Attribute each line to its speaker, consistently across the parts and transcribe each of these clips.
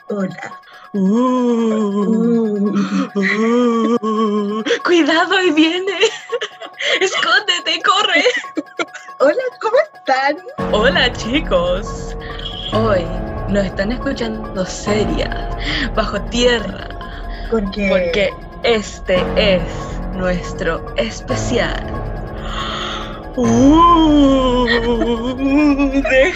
Speaker 1: Hola.
Speaker 2: Cuidado, ahí viene. Escóndete, corre.
Speaker 1: Hola, ¿cómo están?
Speaker 2: Hola, chicos. Hoy nos están escuchando serias, bajo tierra. Porque este es nuestro especial. De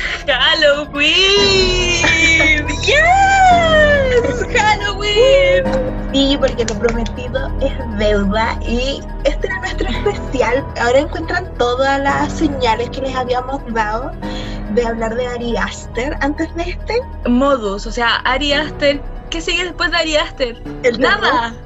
Speaker 2: Halloween. Yes, Halloween.
Speaker 1: Sí, porque lo prometido es deuda y este era nuestro especial. Ahora encuentran todas las señales que les habíamos dado de hablar de Ari Aster antes de este.
Speaker 2: Modus, o sea, Ari Aster. ¿Qué sigue después de Ari Aster? Nada.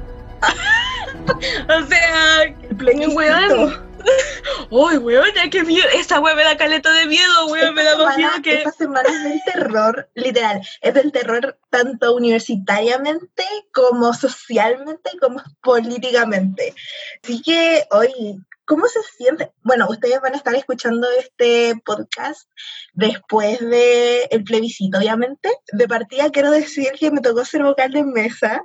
Speaker 2: O sea,
Speaker 1: weón.
Speaker 2: ¡Uy, weona, qué miedo! Esa weón me da caleta de miedo, weón, me da más miedo que...
Speaker 1: Esta semana es del terror, literal, es del terror tanto universitariamente como socialmente como políticamente. Así que hoy, ¿cómo se siente? Bueno, ustedes van a estar escuchando este podcast después del plebiscito, obviamente. De partida quiero decir que me tocó ser vocal de mesa.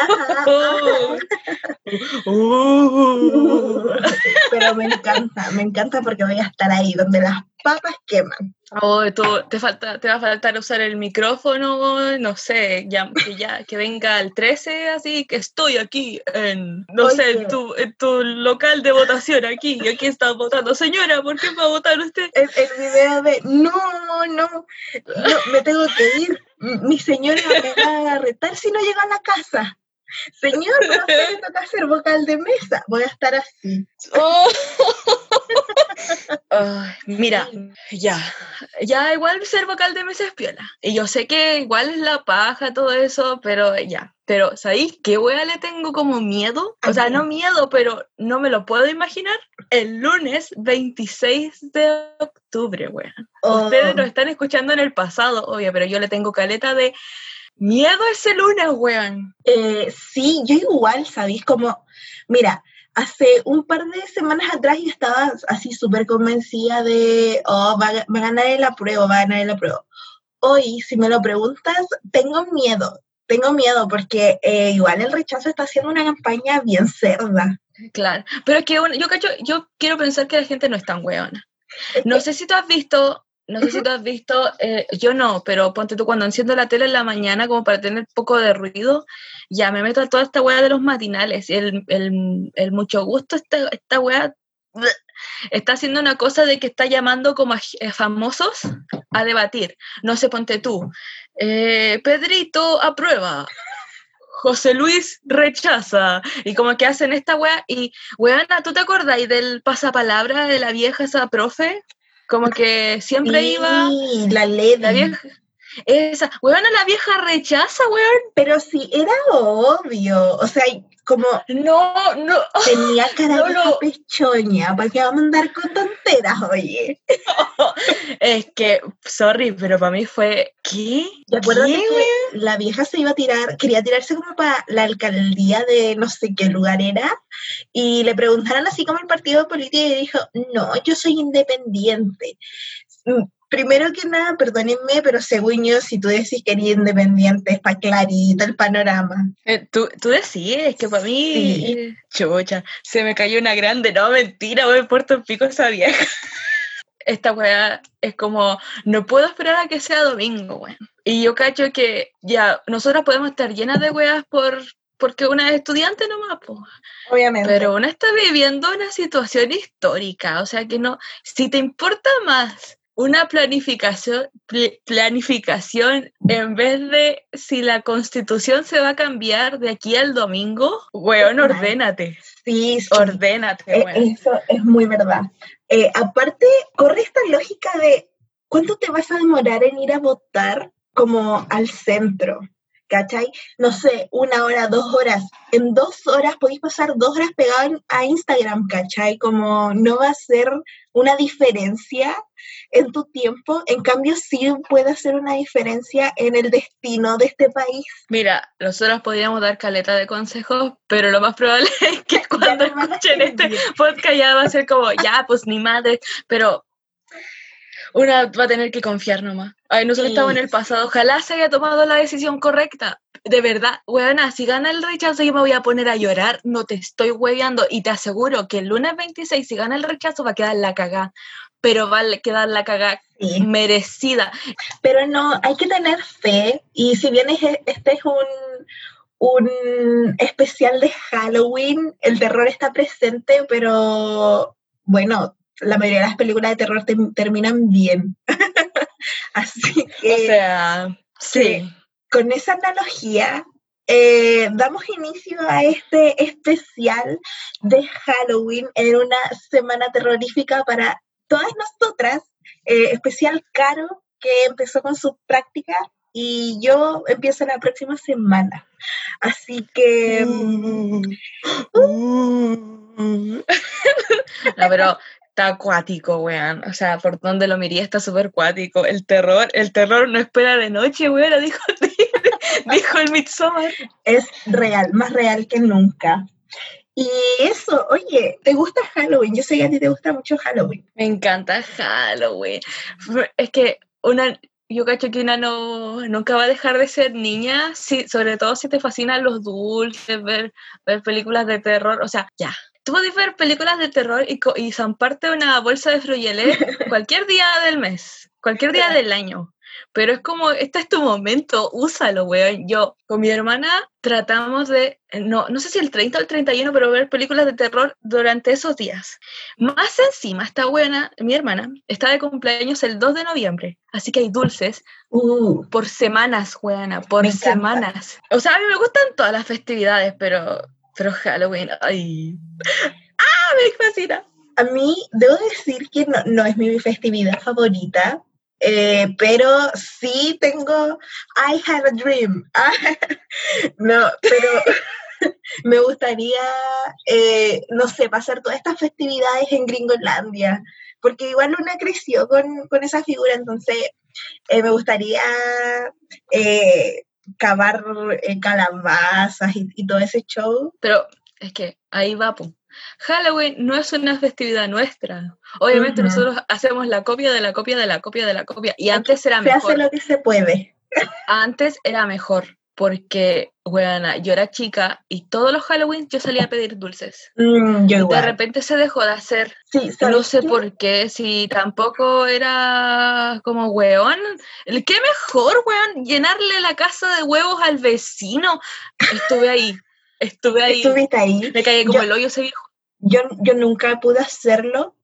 Speaker 1: Pero me encanta porque voy a estar ahí donde las papas queman.
Speaker 2: Oh, te va a faltar usar el micrófono, no sé, que venga el 13, así que estoy aquí en, no sé, en tu local de votación, aquí está votando. Señora, ¿por qué va a votar usted?
Speaker 1: El video de, no, me tengo que ir, mi señora me va a retar si no llega a la casa. Señor, pero a usted le toca ser vocal de mesa. Voy a estar así.
Speaker 2: Oh. Mira, ya igual ser vocal de mesa es piola. Y yo sé que igual es la paja, todo eso, pero ya. Pero, ¿sabéis qué wea le tengo como miedo? O sea, no miedo, pero no me lo puedo imaginar. El lunes 26 de octubre, wea. Ustedes lo están escuchando en el pasado, obvio, pero yo le tengo caleta de... miedo ese lunes, weón.
Speaker 1: Sí, yo igual, ¿sabéis? Como, mira, hace un par de semanas atrás yo estaba así súper convencida de, va a ganar el apruebo, Hoy, si me lo preguntas, tengo miedo porque igual el rechazo está haciendo una campaña bien cerda.
Speaker 2: Claro, pero es que yo quiero pensar que la gente no es tan weona. No sé si tú has visto, yo no, pero ponte tú, cuando enciendo la tele en la mañana como para tener poco de ruido, ya me meto a toda esta weá de los matinales, el mucho gusto, esta weá está haciendo una cosa de que está llamando como a famosos a debatir. No sé, ponte tú, Pedrito aprueba, José Luis rechaza, y como que hacen esta weá, y weana, ¿tú te acordás del pasapalabra de la vieja esa profe? Como que siempre iba...
Speaker 1: la Lady.
Speaker 2: La vieja... Esa, weona, la vieja rechaza, weón.
Speaker 1: Pero sí, era obvio, o sea, como...
Speaker 2: No.
Speaker 1: Tenía cara de pechoña, ¿para qué vamos a andar con tonteras, oye?
Speaker 2: Es que, sorry, pero para mí fue... ¿Qué?
Speaker 1: ¿Te acuerdas de que la vieja se iba a tirar, quería tirarse como para la alcaldía de no sé qué lugar era, y le preguntaron así como el partido político y dijo, no, yo soy independiente. Primero que nada, perdónenme, pero según yo, si tú decís que eres independiente, está clarito el panorama.
Speaker 2: ¿Tú decís? Es que para mí... Sí. Chucha, se me cayó una grande. No, mentira, voy a Puerto Pico esa vieja. Esta weá es como, no puedo esperar a que sea domingo, weón. Y yo cacho que ya, nosotros podemos estar llenas de weas porque una es estudiante nomás, pues.
Speaker 1: Obviamente.
Speaker 2: Pero una está viviendo una situación histórica, o sea que no, si te importa más una planificación en vez de si la Constitución se va a cambiar de aquí al domingo, weón, ordénate.
Speaker 1: Sí.
Speaker 2: Ordénate, weón.
Speaker 1: Eso es muy verdad. Aparte, corre esta lógica de ¿cuánto te vas a demorar en ir a votar como al centro? ¿Cachai? No sé, 1 hora, 2 horas. En 2 horas podéis pasar 2 horas pegado a Instagram, ¿cachai? Como no va a ser una diferencia en tu tiempo, en cambio sí puede hacer una diferencia en el destino de este país.
Speaker 2: Mira, nosotros podríamos dar caleta de consejos, pero lo más probable es que cuando escuchen este podcast ya va a ser como, ya, pues ni madre, pero... Una va a tener que confiar nomás. Ay, nosotros estamos en el pasado. Ojalá se haya tomado la decisión correcta. De verdad, weona, si gana el rechazo yo me voy a poner a llorar. No te estoy hueveando. Y te aseguro que el lunes 26, si gana el rechazo, va a quedar la cagá. Pero va a quedar la cagá merecida.
Speaker 1: Pero no, hay que tener fe. Y si bien este es un especial de Halloween, el terror está presente, pero bueno, la mayoría de las películas de terror terminan bien. Así que,
Speaker 2: o sea, sí.
Speaker 1: Con esa analogía, damos inicio a este especial de Halloween en una semana terrorífica para todas nosotras, especial Caro, que empezó con su práctica y yo empiezo la próxima semana. Así que...
Speaker 2: No, pero está acuático, weón. O sea, por donde lo miré está súper acuático. El terror no espera de noche, weón, dijo el Midsommar.
Speaker 1: Es real, más real que nunca. Y eso, oye, ¿te gusta Halloween? Yo sé que a ti te gusta mucho Halloween.
Speaker 2: Me encanta Halloween. Es que yo cacho que una nunca va a dejar de ser niña, sobre todo si te fascinan los dulces, ver películas de terror. O sea, ya. Tú puedes ver películas de terror y zamparte una bolsa de Fruyelet cualquier día del mes, cualquier día del año. Pero es como, este es tu momento, úsalo, weón. Yo con mi hermana tratamos de, no sé si el 30 o el 31, pero ver películas de terror durante esos días. Más encima, esta buena, mi hermana, está de cumpleaños el 2 de noviembre, así que hay dulces por semanas, weona, por semanas. O sea, a mí me gustan todas las festividades, pero Halloween, ay... ¡Ah, me fascina!
Speaker 1: A mí, debo decir que no es mi festividad favorita, pero sí tengo I have a dream. No, pero me gustaría, no sé, pasar todas estas festividades en Gringolandia, porque igual una creció con esa figura, entonces me gustaría cavar calabazas y todo ese show.
Speaker 2: Pero es que ahí va, pum. Halloween no es una festividad nuestra. Obviamente nosotros hacemos la copia de la copia de la copia de la copia. Y antes era mejor.
Speaker 1: Se hace lo que se puede.
Speaker 2: Antes era mejor. Porque, bueno, yo era chica y todos los Halloween yo salía a pedir dulces.
Speaker 1: Yo igual.
Speaker 2: De repente se dejó de hacer.
Speaker 1: Sí,
Speaker 2: no sé por qué, si tampoco era como weón. ¿Qué mejor, weón? Llenarle la casa de huevos al vecino. Estuve ahí.
Speaker 1: ¿Estuviste ahí?
Speaker 2: Me caí como el hoyo ese viejo.
Speaker 1: Yo nunca pude hacerlo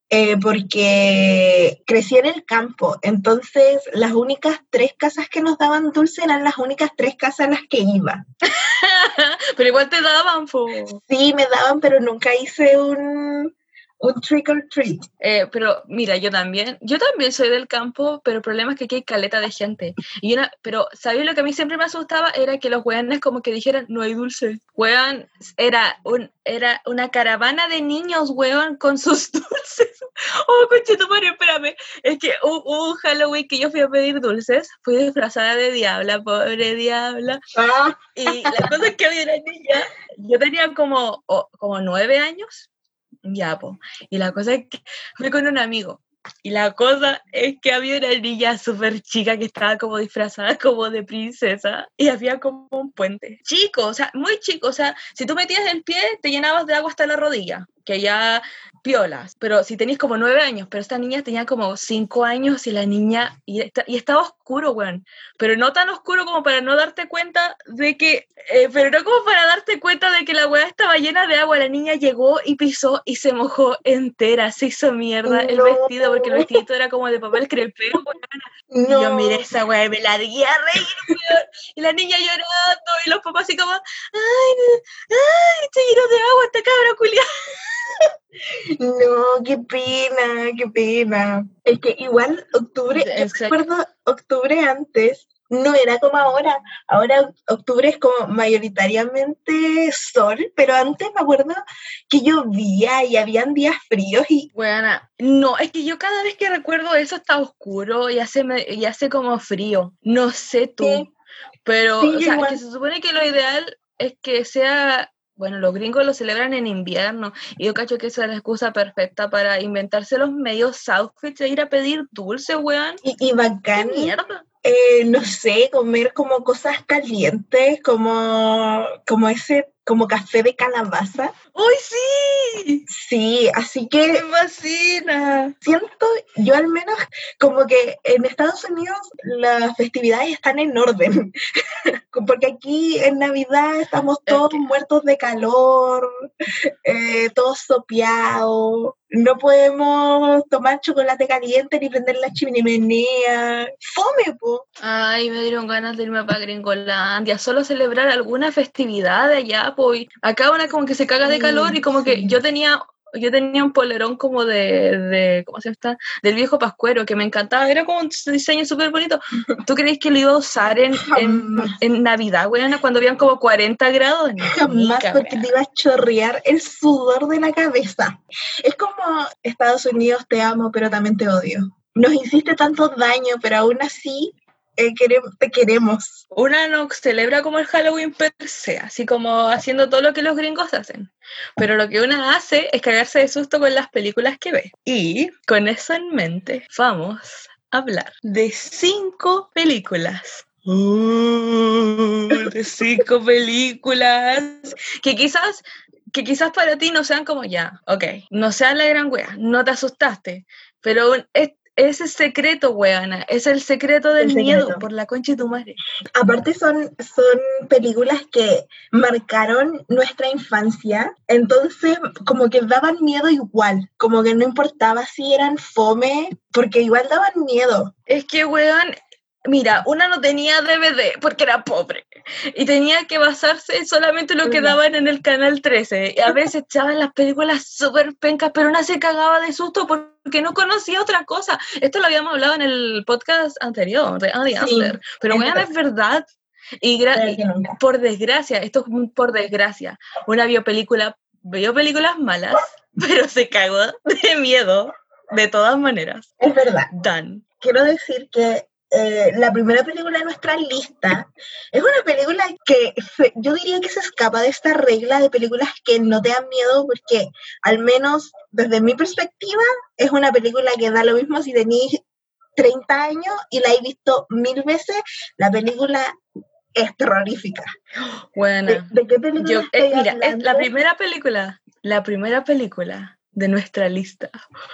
Speaker 1: porque crecí en el campo, entonces las únicas 3 casas que nos daban dulce eran las únicas 3 casas a las que iba.
Speaker 2: Pero igual te daban, po.
Speaker 1: Sí, me daban, pero nunca hice un trick or treat.
Speaker 2: Pero mira, yo también soy del campo, pero el problema es que aquí hay caleta de gente. Pero, ¿sabes lo que a mí siempre me asustaba? Era que los weones como que dijeran, no hay dulce. Weón, era una caravana de niños, weón, con sus dulces. Oh, conchetumare, espérame. Es que hubo un Halloween que yo fui a pedir dulces, fui disfrazada de diabla, pobre diabla. Y la cosa es que había una niña, yo tenía como 9 años. Ya, po. Y la cosa es que fui con un amigo. Y la cosa es que había una niña súper chica que estaba como disfrazada como de princesa y había como un puente. Chico, o sea, muy chico. O sea, si tú metías el pie, te llenabas de agua hasta la rodilla, que ya piolas. Pero si tenías como 9 años, pero esta niña tenía como 5 años y la niña... Y estaba oscuro, weón. Pero no tan oscuro como para no darte cuenta de que... pero no como para darte cuenta de que la weá estaba llena de agua. La niña llegó y pisó y se mojó entera. Se hizo mierda el vestido, porque el vestidito era como de papel crepé, weón. Y yo miré esa weá y me la di a reír, weón. Y la niña llorando y los papás así como... ¡Ay, está lleno de agua esta cabra culiada!
Speaker 1: No, qué pena. Es que igual octubre, yo recuerdo octubre antes, no era como ahora. Ahora octubre es como mayoritariamente sol, pero antes me acuerdo que llovía y habían días fríos y...
Speaker 2: Bueno, no, es que yo cada vez que recuerdo eso está oscuro y hace como frío. No sé tú,
Speaker 1: Sí,
Speaker 2: pero
Speaker 1: sí,
Speaker 2: o sea,
Speaker 1: igual.
Speaker 2: que se supone que lo ideal es que sea bueno, los gringos lo celebran en invierno, y yo cacho que esa es la excusa perfecta para inventarse los medios outfits e ir a pedir dulce, weón.
Speaker 1: Y bacán.
Speaker 2: ¿Qué mierda?
Speaker 1: No sé, comer como cosas calientes, como café de calabaza.
Speaker 2: ¡Uy, sí!
Speaker 1: Sí, así que
Speaker 2: ¡Me fascina!
Speaker 1: siento, yo al menos, como que en Estados Unidos las festividades están en orden, porque aquí en Navidad estamos todos muertos de calor, todos sopeados, no podemos tomar chocolate caliente ni prender la chimenea, ¡fome, po!
Speaker 2: Ay, me dieron ganas de irme para Gringolandia, solo celebrar alguna festividad de allá, pues. Acá una como que se caga de calor y como que yo tenía un polerón como de ¿cómo se llama? Del viejo Pascuero, que me encantaba, era como un diseño súper bonito. ¿Tú crees que lo iba a usar en Navidad, weona, cuando habían como 40 grados?
Speaker 1: Jamás, porque te iba a chorrear el sudor de la cabeza. Es como Estados Unidos, te amo, pero también te odio. Nos hiciste tanto daño, pero aún así te queremos.
Speaker 2: Una no celebra como el Halloween per se, así como haciendo todo lo que los gringos hacen. Pero lo que una hace es cagarse de susto con las películas que ve. Y con eso en mente, vamos a hablar de 5 películas. De 5 películas que quizás para ti no sean como ya, ok, no sean la gran wea, no te asustaste, pero ese secreto, weana, es el secreto del miedo, por la concha de tu madre.
Speaker 1: Aparte son películas que marcaron nuestra infancia, entonces como que daban miedo igual, como que no importaba si eran fome, porque igual daban miedo.
Speaker 2: Es que, weón, mira, una no tenía DVD porque era pobre y tenía que basarse solamente en lo que daban en el canal 13. Y a veces echaban las películas súper pencas, pero una se cagaba de susto porque no conocía otra cosa. Esto lo habíamos hablado en el podcast anterior de Ari Aster, pero weón, es verdad. Y por desgracia, una vio películas malas, pero se cagó de miedo de todas maneras.
Speaker 1: Es verdad.
Speaker 2: Dan.
Speaker 1: Quiero decir que la primera película de nuestra lista es una película que yo diría que se escapa de esta regla de películas que no te dan miedo, porque al menos desde mi perspectiva es una película que da lo mismo si tenés 30 años y la he visto 1000 veces. La película es terrorífica.
Speaker 2: Buena.
Speaker 1: ¿De qué película estoy
Speaker 2: mira,
Speaker 1: hablando?
Speaker 2: es la primera película de nuestra lista.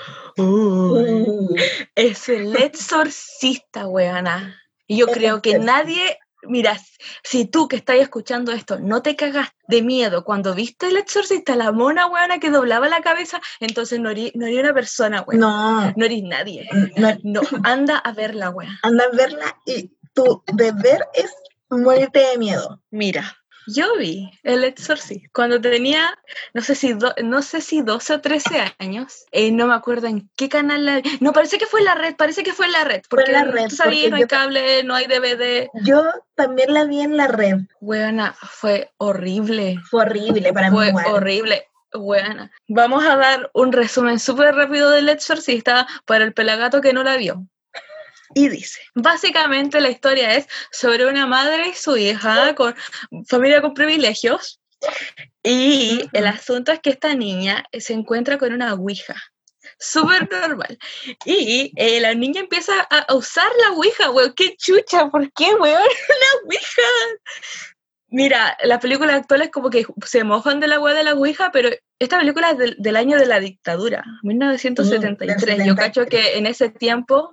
Speaker 2: Es El Exorcista, weana. Y yo creo que nadie, mira, si tú que estás escuchando esto no te cagas de miedo cuando viste El Exorcista, la mona weana que doblaba la cabeza, entonces no eres una persona, weana. No eres nadie. No, anda a verla, weana.
Speaker 1: Anda a verla y tu deber es morirte de miedo.
Speaker 2: Mira, yo vi El Exorcista cuando tenía, no sé si 12 o 13 años, no me acuerdo en qué canal la vi. No, parece que fue en la red, porque tú sabías, no hay cable, no hay DVD.
Speaker 1: Yo también la vi en la red.
Speaker 2: Buena, fue horrible.
Speaker 1: Fue horrible para mí.
Speaker 2: Fue horrible. Buena. Vamos a dar un resumen súper rápido del Exorcista para el pelagato que no la vio. Y dice, básicamente la historia es sobre una madre y su hija, con familia con privilegios, y el asunto es que esta niña se encuentra con una ouija, súper normal, y la niña empieza a usar la ouija, weón, qué chucha, ¿por qué, weón? Una ouija. Mira, las películas actuales como que se mojan de la weá de la ouija, pero esta película es del año de la dictadura, 1973. Yo cacho que en ese tiempo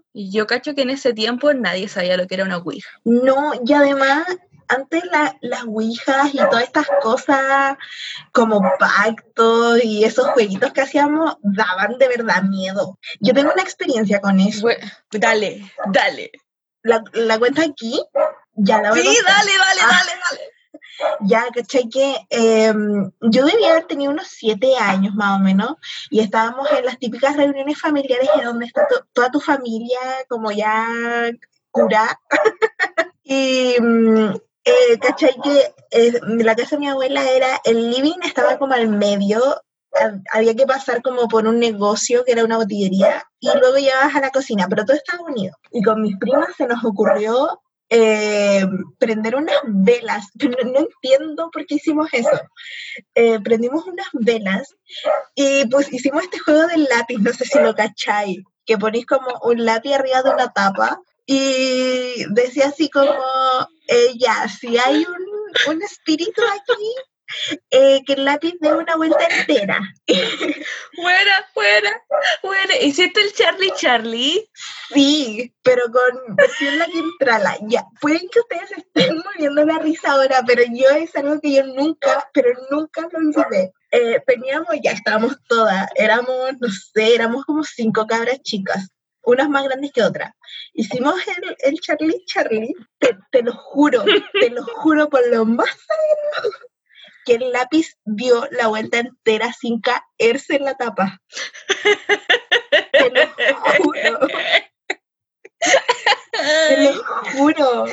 Speaker 2: nadie sabía lo que era una ouija.
Speaker 1: No, y además, antes las ouijas y todas estas cosas como pactos y esos jueguitos que hacíamos daban de verdad miedo. Yo tengo una experiencia con eso.
Speaker 2: Bueno, dale.
Speaker 1: ¿La cuento aquí? Ya la voy a
Speaker 2: contar. Dale.
Speaker 1: Ya, ¿cachai? Que yo debía haber tenido unos 7 años más o menos y estábamos en las típicas reuniones familiares en donde está toda tu familia como ya curada. Y ¿cachai? Que la casa de mi abuela el living estaba como al medio, había que pasar como por un negocio que era una botillería y luego llegabas a la cocina, pero todo estaba unido. Y con mis primas se nos ocurrió prender unas velas, pero no entiendo por qué hicimos eso. Prendimos unas velas y pues hicimos este juego del lápiz, no sé si lo cacháis, que ponéis como un lápiz arriba de una tapa y decía así como, ya, si hay un espíritu aquí, que el lápiz dé una vuelta entera.
Speaker 2: Buena. ¿Hiciste el Charlie?
Speaker 1: Sí, pero con versión laquintrala. Ya, pueden que ustedes estén muriendo la risa ahora, pero yo es algo que yo nunca lo olvidé. Ya estábamos todas, éramos, no sé, éramos como 5 cabras chicas, unas más grandes que otras. Hicimos el Charlie, te lo juro por lo más sagrado, que el lápiz dio la vuelta entera sin caerse en la tapa. Te lo juro. Te lo juro.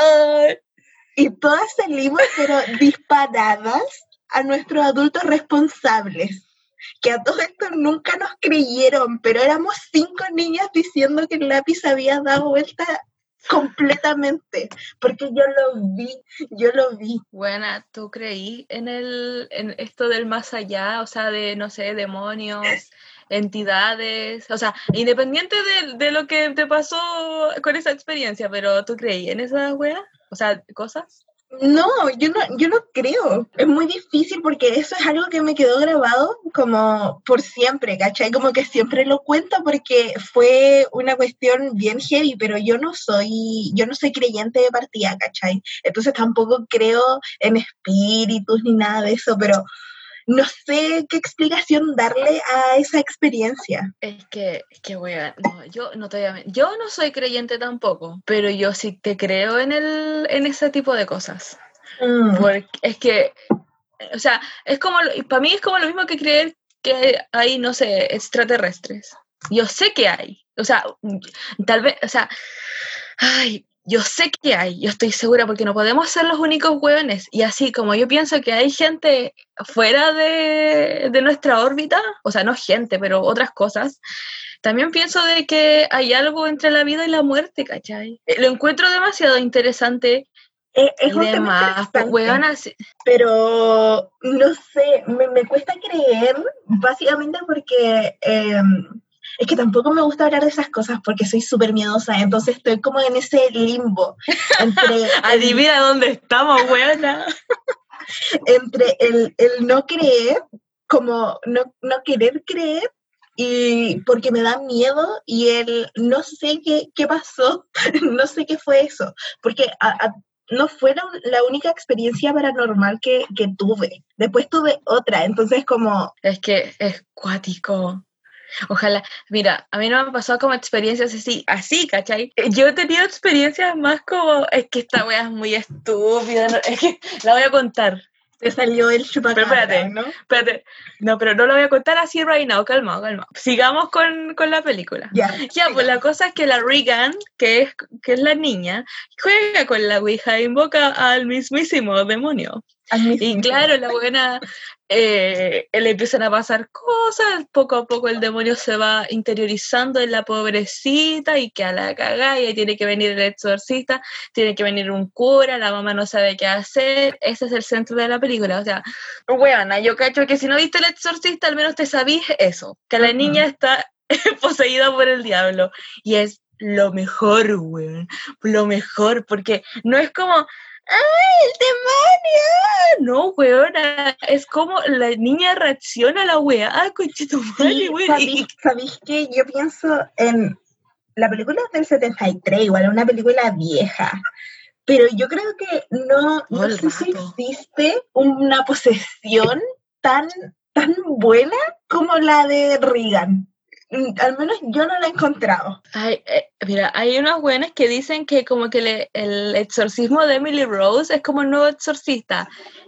Speaker 1: Y todas salimos, pero disparadas a nuestros adultos responsables, que a todo esto nunca nos creyeron, pero éramos 5 niñas diciendo que el lápiz había dado vuelta completamente, porque yo lo vi.
Speaker 2: Buena, ¿tú creí en esto del más allá? O sea, de, no sé, demonios, entidades, o sea, independiente de lo que te pasó con esa experiencia, pero ¿tú creí en esas weas? O sea, cosas.
Speaker 1: No, yo no creo. Es muy difícil porque eso es algo que me quedó grabado como por siempre, ¿cachai? Como que siempre lo cuento porque fue una cuestión bien heavy, pero yo no soy creyente de partida, ¿cachai? Entonces tampoco creo en espíritus ni nada de eso, pero no sé qué explicación darle a esa experiencia.
Speaker 2: Es que wea, no, yo no te voy a mentir. Yo no soy creyente tampoco, pero yo sí te creo en ese tipo de cosas. Porque es que, o sea, es como, para mí es como lo mismo que creer que hay, no sé, extraterrestres. Yo sé que hay, o sea, tal vez, o sea, ay, yo sé que hay, yo estoy segura, porque no podemos ser los únicos hueones. Y así como yo pienso que hay gente fuera de nuestra órbita, o sea, no gente, pero otras cosas, también pienso de que hay algo entre la vida y la muerte, ¿cachai? Lo encuentro demasiado interesante.
Speaker 1: Es
Speaker 2: Y
Speaker 1: un tema
Speaker 2: demás, pues, weona,
Speaker 1: pero no sé, me cuesta creer, básicamente porque es que tampoco me gusta hablar de esas cosas porque soy súper miedosa, entonces estoy como en ese limbo entre
Speaker 2: adivina dónde estamos, weona.
Speaker 1: Entre el no creer, como no querer creer, y porque me da miedo, y el no sé qué pasó, no sé qué fue eso, porque no fue la única experiencia paranormal que tuve. Después tuve otra, entonces como...
Speaker 2: Es que es cuático. Ojalá, mira, a mí no me ha pasado como experiencias así, ¿cachai? Yo he tenido experiencias más como, es que esta wea es muy estúpida, no, es que la voy a contar.
Speaker 1: Te salió el chupacabra,
Speaker 2: pero espérate. No, pero no lo voy a contar así right now, calma. Sigamos con la película.
Speaker 1: Ya,
Speaker 2: pues la cosa es que la Regan, que es la niña, juega con la Ouija e invoca al mismísimo demonio. Y claro, la buena, le empiezan a pasar cosas, poco a poco el demonio se va interiorizando en la pobrecita y que a la cagada, y tiene que venir el exorcista, tiene que venir un cura, la mamá no sabe qué hacer, ese es el centro de la película, o sea, buena, yo cacho que si no viste el exorcista, al menos te sabís eso, que la niña está poseída por el diablo, y es lo mejor, weón, lo mejor, porque no es como... ¡ay, el demonio! No, weona, es como la niña reacciona a la wea. ¡Ah, conchito madre, weón!
Speaker 1: ¿Sabéis que yo pienso en la película del 73, igual es una película vieja, pero yo creo que no sé si existe una posesión tan buena como la de Regan. Al menos yo no la he encontrado.
Speaker 2: Ay, mira, hay unos buenos que dicen que como que el exorcismo de Emily Rose es como el nuevo exorcista.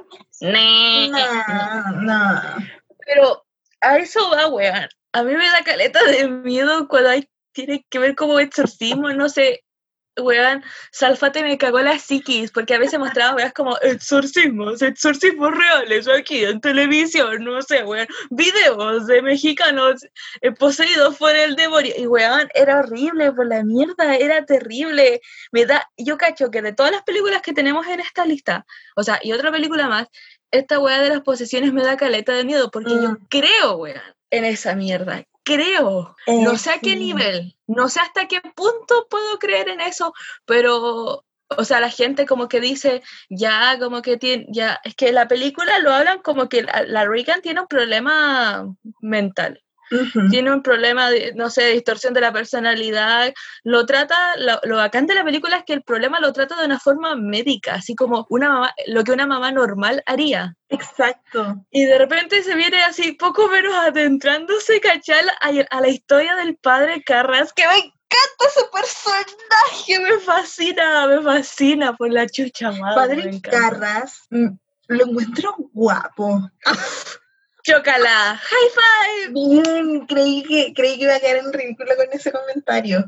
Speaker 1: No.
Speaker 2: Pero a eso va, weón. A mí me da caleta de miedo cuando tiene que ver como exorcismo, no sé. weón, Salfate me cagó la psiquis, porque a veces mostraba weas como exorcismos reales aquí en televisión, no sé, weón, videos de mexicanos poseídos por el demonio, y weón, era horrible, por la mierda, era terrible, yo cacho que de todas las películas que tenemos en esta lista, o sea, y otra película más, esta wea de las posesiones me da caleta de miedo, porque yo creo, weón, en esa mierda, creo, no sé a qué nivel, no sé hasta qué punto puedo creer en eso, pero, o sea, la gente como que dice, ya, como que tiene, ya, es que la película lo hablan como que la Regan tiene un problema mental. Uh-huh. Tiene un problema, no sé, de distorsión de la personalidad, lo bacán de la película es que el problema lo trata de una forma médica, así como una mamá, lo que una mamá normal haría.
Speaker 1: Exacto.
Speaker 2: Y de repente se viene así, poco menos adentrándose, ¿cachai? A la historia del padre Carras, que me encanta ese personaje, me fascina por la chucha madre.
Speaker 1: Padre Carras, lo encuentro guapo.
Speaker 2: ¡Chócala! ¡High five!
Speaker 1: Bien, creí que iba a quedar en ridículo con ese comentario.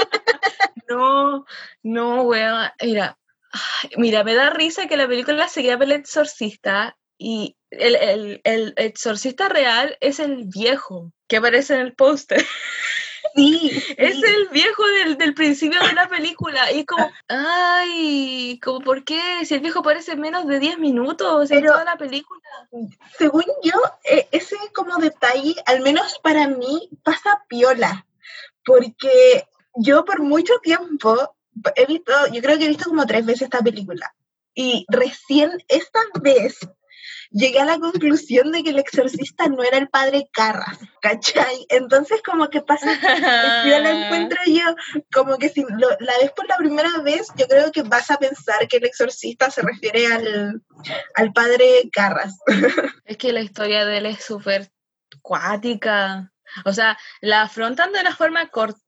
Speaker 2: No, weón, mira, me da risa que la película se llama El Exorcista y el exorcista real es el viejo que aparece en el póster.
Speaker 1: Sí.
Speaker 2: Es el viejo del principio de la película. Y es como, ay, como, ¿por qué? Si el viejo aparece en menos de 10 minutos en toda la película.
Speaker 1: Según yo, ese como detalle, al menos para mí, pasa piola. Porque yo por mucho tiempo yo creo que he visto como 3 veces esta película. Y recién esta vez llegué a la conclusión de que el exorcista no era el padre Carras, ¿cachai? Entonces como que pasa, yo la encuentro yo, como que si la ves por la primera vez, yo creo que vas a pensar que el exorcista se refiere al padre Carras.
Speaker 2: Es que la historia de él es súper cuática, o sea, la afrontan de una forma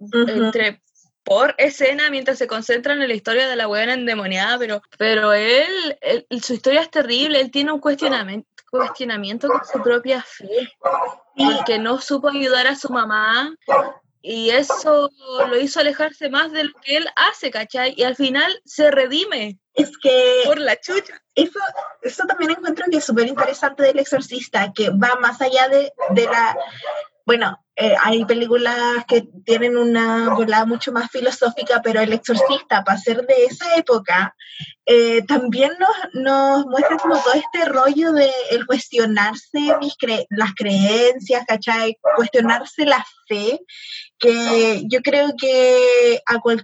Speaker 2: por escena mientras se concentran en la historia de la buena endemoniada, pero él, su historia es terrible, él tiene un cuestionamiento con su propia fe, porque no supo ayudar a su mamá, y eso lo hizo alejarse más de lo que él hace, ¿cachai? Y al final se redime.
Speaker 1: Es que
Speaker 2: por la chucha.
Speaker 1: Eso también encuentro que es súper interesante del exorcista, que va más allá de la... Bueno, hay películas que tienen una volada mucho más filosófica, pero El Exorcista, para ser de esa época, también nos muestra como todo este rollo de el cuestionarse las creencias, ¿cachai? Cuestionarse la fe, que yo creo que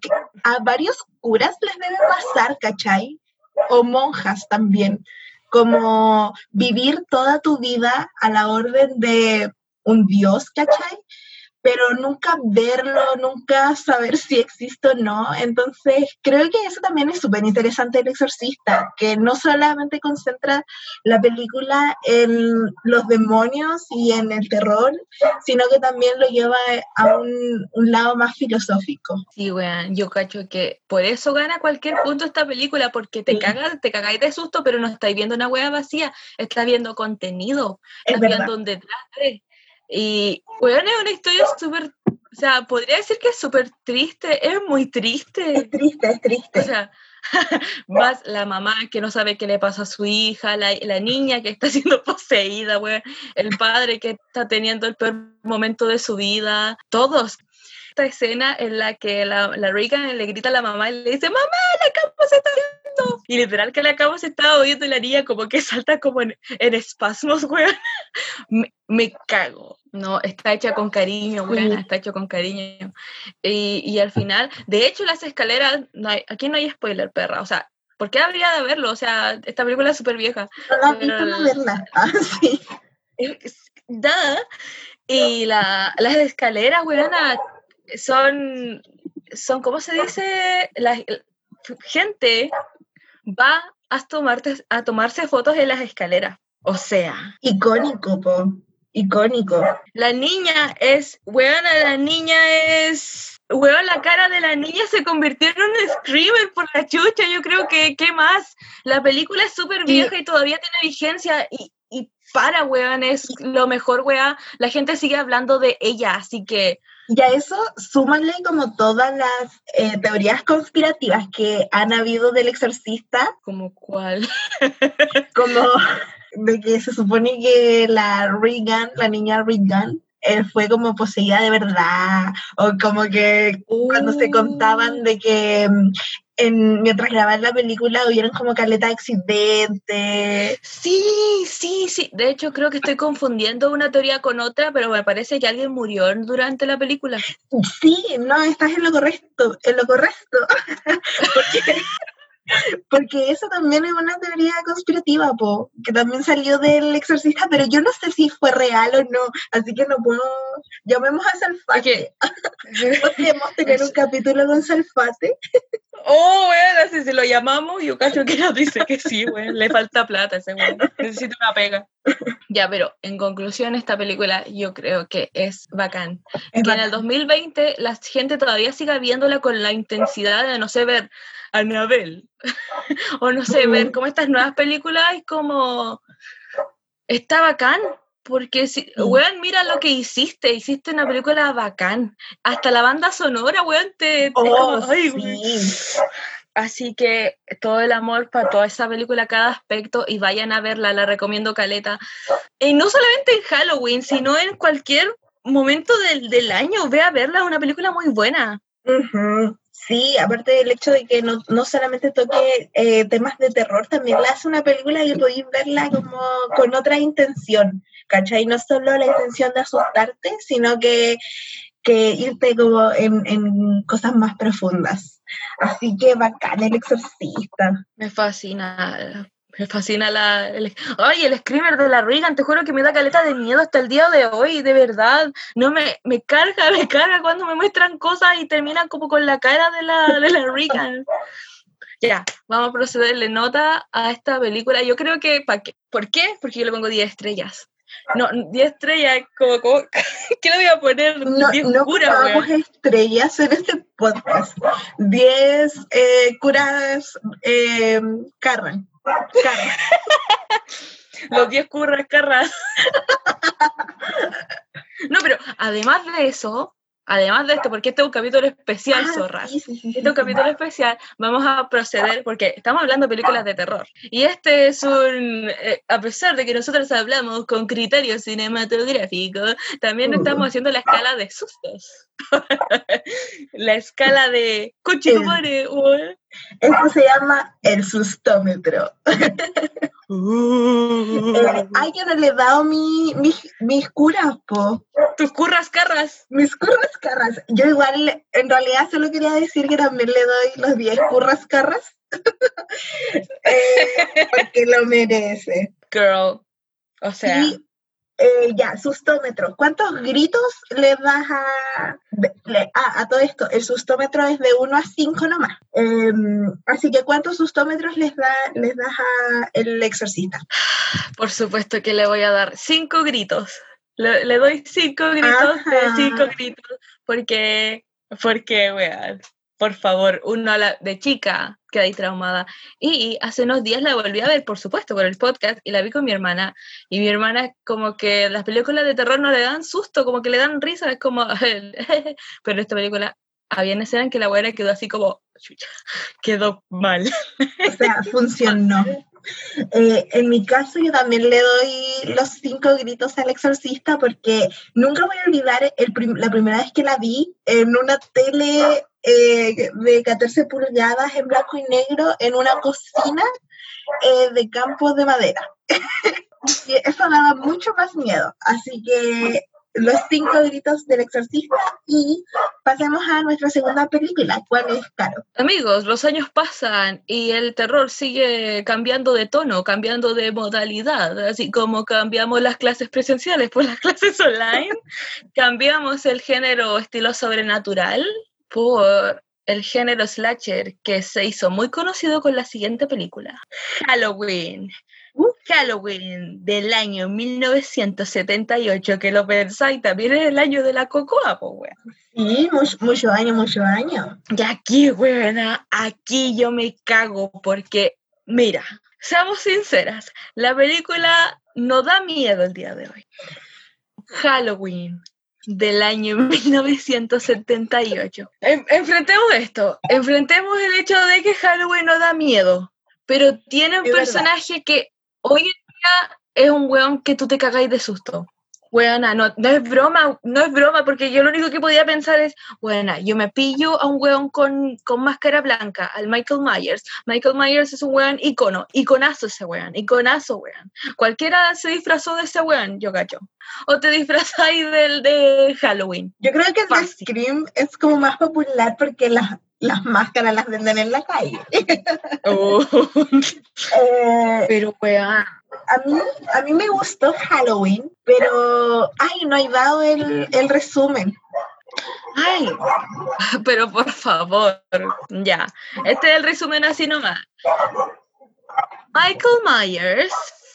Speaker 1: a varios curas les debe pasar, ¿cachai? O monjas también, como vivir toda tu vida a la orden de un dios, ¿cachai? Pero nunca verlo, nunca saber si existe o no. Entonces, creo que eso también es súper interesante El Exorcista, que no solamente concentra la película en los demonios y en el terror, sino que también lo lleva a un lado más filosófico.
Speaker 2: Sí, weón, yo cacho que por eso gana cualquier punto esta película, porque te cagáis de susto, pero no estáis viendo una wea vacía, estás viendo contenido, estás viendo un detrás de... Y, weón, es una historia súper, o sea, podría decir que es súper triste, es muy triste.
Speaker 1: Es triste.
Speaker 2: O sea, más la mamá que no sabe qué le pasa a su hija, la niña que está siendo poseída, weón, el padre que está teniendo el peor momento de su vida, todos. Esta escena en la que la Regan le grita a la mamá y le dice, mamá, la cama se está moviendo. Y literal que la cama se estaba moviendo y la niña como que salta como en espasmos, weón. Me cago. No, está hecha con cariño, weón, está hecho con cariño. Y al final, de hecho, las escaleras, aquí no hay spoiler, perra, o sea, ¿por qué habría de haberlo? O sea, esta película es súper vieja.
Speaker 1: No verla. Sí.
Speaker 2: Y las escaleras, weón, son, ¿cómo se dice? La gente va a tomarse fotos en las escaleras. O sea.
Speaker 1: Icónico, po. Icónico.
Speaker 2: La niña es, weón, la cara de la niña se convirtió en un screamer por la chucha. Yo creo que, ¿qué más? La película es súper vieja y todavía tiene vigencia y weón, es lo mejor, weón. La gente sigue hablando de ella, así que
Speaker 1: Y a eso súmanle como todas las teorías conspirativas que han habido del exorcista,
Speaker 2: ¿Como cuál?
Speaker 1: como de que se supone que la Regan, la niña Regan, fue como poseída de verdad, o como que cuando se contaban de que mientras grababan la película hubieron como caleta de accidentes.
Speaker 2: Sí. De hecho, creo que estoy confundiendo una teoría con otra, pero me parece que alguien murió durante la película.
Speaker 1: Sí, no, estás en lo correcto, porque eso también es una teoría conspirativa, que también salió del exorcista, pero yo no sé si fue real o no, así que no puedo, llamemos a Salfate. Podríamos tener un capítulo con Salfate.
Speaker 2: Bueno, si lo llamamos, yo cacho que nos dice que sí, bueno, le falta plata a ese güey, necesita una pega. Ya, pero en conclusión, esta película yo creo que es bacán.
Speaker 1: Es
Speaker 2: que
Speaker 1: bacán.
Speaker 2: En el 2020 la gente todavía siga viéndola con la intensidad de, no sé, ver Annabelle, o no sé, ver como estas nuevas películas, es como, está bacán, porque, weón, mira lo que hiciste una película bacán, hasta la banda sonora, weón, es como, ay,
Speaker 1: sí.
Speaker 2: Así que todo el amor para toda esa película, cada aspecto, y vayan a verla, la recomiendo caleta. Y no solamente en Halloween, sino en cualquier momento del año, ve a verla, es una película muy buena.
Speaker 1: Uh-huh. Sí, aparte del hecho de que no solamente toque temas de terror, también la hace una película que podéis verla como con otra intención, ¿cachai? No solo la intención de asustarte, sino que irte como en cosas más profundas. Así que bacán El Exorcista.
Speaker 2: Me fascina el screamer de la Regan, te juro que me da caleta de miedo hasta el día de hoy, de verdad. No me carga cuando me muestran cosas y terminan como con la cara de la Regan. Ya, vamos a procederle nota a esta película. Yo creo que, ¿por qué? Porque yo le pongo 10 estrellas. No, 10 estrellas, como ¿qué le voy a poner? 10
Speaker 1: no
Speaker 2: curas,
Speaker 1: pongamos estrellas en este podcast. 10 curas Carran.
Speaker 2: Los 10 curras carras. No, pero además de esto, porque este es un capítulo especial, zorras.
Speaker 1: Sí,
Speaker 2: Este es un capítulo especial, vamos a proceder, porque estamos hablando de películas de terror. Y este es a pesar de que nosotros hablamos con criterios cinematográficos, también estamos haciendo la escala de sustos. La escala de cochitumare.
Speaker 1: Eso se llama el sustómetro. Yo no le he dado mis curas, po.
Speaker 2: Tus curras carras.
Speaker 1: Mis curras carras. Yo igual, en realidad, solo quería decir que también le doy los 10 curras carras. Porque lo merece.
Speaker 2: Girl, o sea...
Speaker 1: Y ya, sustómetro. ¿Cuántos gritos le das a todo esto? El sustómetro es de 1 a 5 nomás. Así que, ¿cuántos sustómetros les das a El Exorcista?
Speaker 2: Por supuesto que le voy a dar 5 gritos. Le doy 5 gritos de 5 gritos. Porque, weón, por favor, uno de chica queda ahí traumada. Y hace unos días la volví a ver, por supuesto, por el podcast, y la vi con mi hermana. Y mi hermana, como que las películas de terror no le dan susto, como que le dan risa, es como... Pero en esta película había una escena en que la abuela quedó así como... Quedó mal.
Speaker 1: O sea, funcionó. En mi caso, yo también le doy los 5 gritos al Exorcista porque nunca voy a olvidar la primera vez que la vi en una tele de 14 pulgadas en blanco y negro en una cocina de campos de madera. Y eso daba mucho más miedo. Así que los 5 gritos del Exorcista, y pasemos a nuestra segunda película. ¿Cuál es, Caro?
Speaker 2: Amigos, los años pasan y el terror sigue cambiando de tono, cambiando de modalidad, así como cambiamos las clases presenciales por las clases online, cambiamos el género estilo sobrenatural por el género slasher, que se hizo muy conocido con la siguiente película, Halloween. Halloween del año 1978, que lo pensáis, también es el año de la cocoa, pues, weón.
Speaker 1: Sí, mucho año.
Speaker 2: Y aquí, weona, aquí yo me cago porque, mira, seamos sinceras, la película no da miedo el día de hoy. Halloween, del año 1978. Enfrentemos esto, enfrentemos el hecho de que Halloween no da miedo, pero tiene un personaje que hoy en día es un weón que tú te cagáis de susto. Weona, no es broma, porque yo lo único que podía pensar es, weona, yo me pillo a un weón con máscara blanca, al Michael Myers. Michael Myers es un weón iconazo ese weón, weón. Cualquiera se disfrazó de ese weón, yo cacho. O te disfrazáis de Halloween.
Speaker 1: Yo creo que el de Scream es como más popular porque las máscaras las venden en la calle.
Speaker 2: Pero weón.
Speaker 1: A mí me gustó Halloween, pero no he dado el resumen.
Speaker 2: Ay, pero por favor, ya. Este es el resumen así nomás. Michael Myers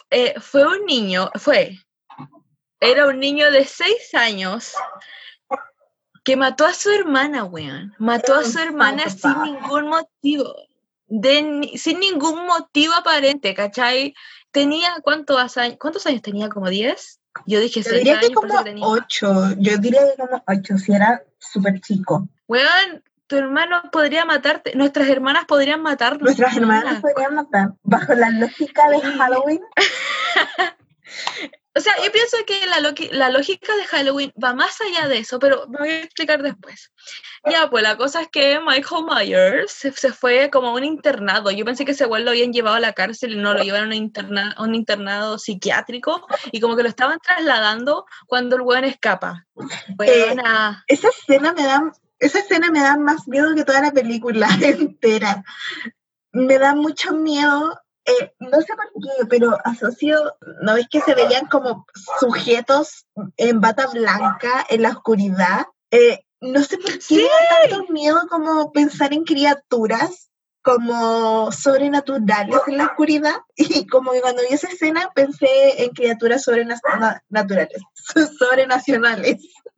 Speaker 2: era un niño de 6 años que mató a su hermana, weón. Mató a su hermana sin ningún motivo. Sin ningún motivo aparente, ¿cachai? Tenía, ¿cuántos años tenía? ¿Como 10? Yo dije 6 años.
Speaker 1: Yo diría que como 8. Yo diría que como 8, si era súper chico.
Speaker 2: Weón, tu hermano podría matarte. Nuestras hermanas podrían matarnos.
Speaker 1: Nuestras hermanas podrían matar. Bajo la lógica de Halloween.
Speaker 2: O sea, yo pienso que la lógica de Halloween va más allá de eso, pero me voy a explicar después. Ya, pues la cosa es que Michael Myers se fue como a un internado. Yo pensé que ese güey lo habían llevado a la cárcel y no lo llevaron a un internado psiquiátrico y como que lo estaban trasladando cuando el güey escapa.
Speaker 1: Esa escena me da más miedo que toda la película entera. Me da mucho miedo. No sé por qué, pero asocio, ¿no ves que se veían como sujetos en bata blanca en la oscuridad? No sé por qué me da tanto miedo como pensar en criaturas como sobrenaturales en la oscuridad, y como que cuando vi esa escena pensé en criaturas sobrenaturales, sobrenacionales.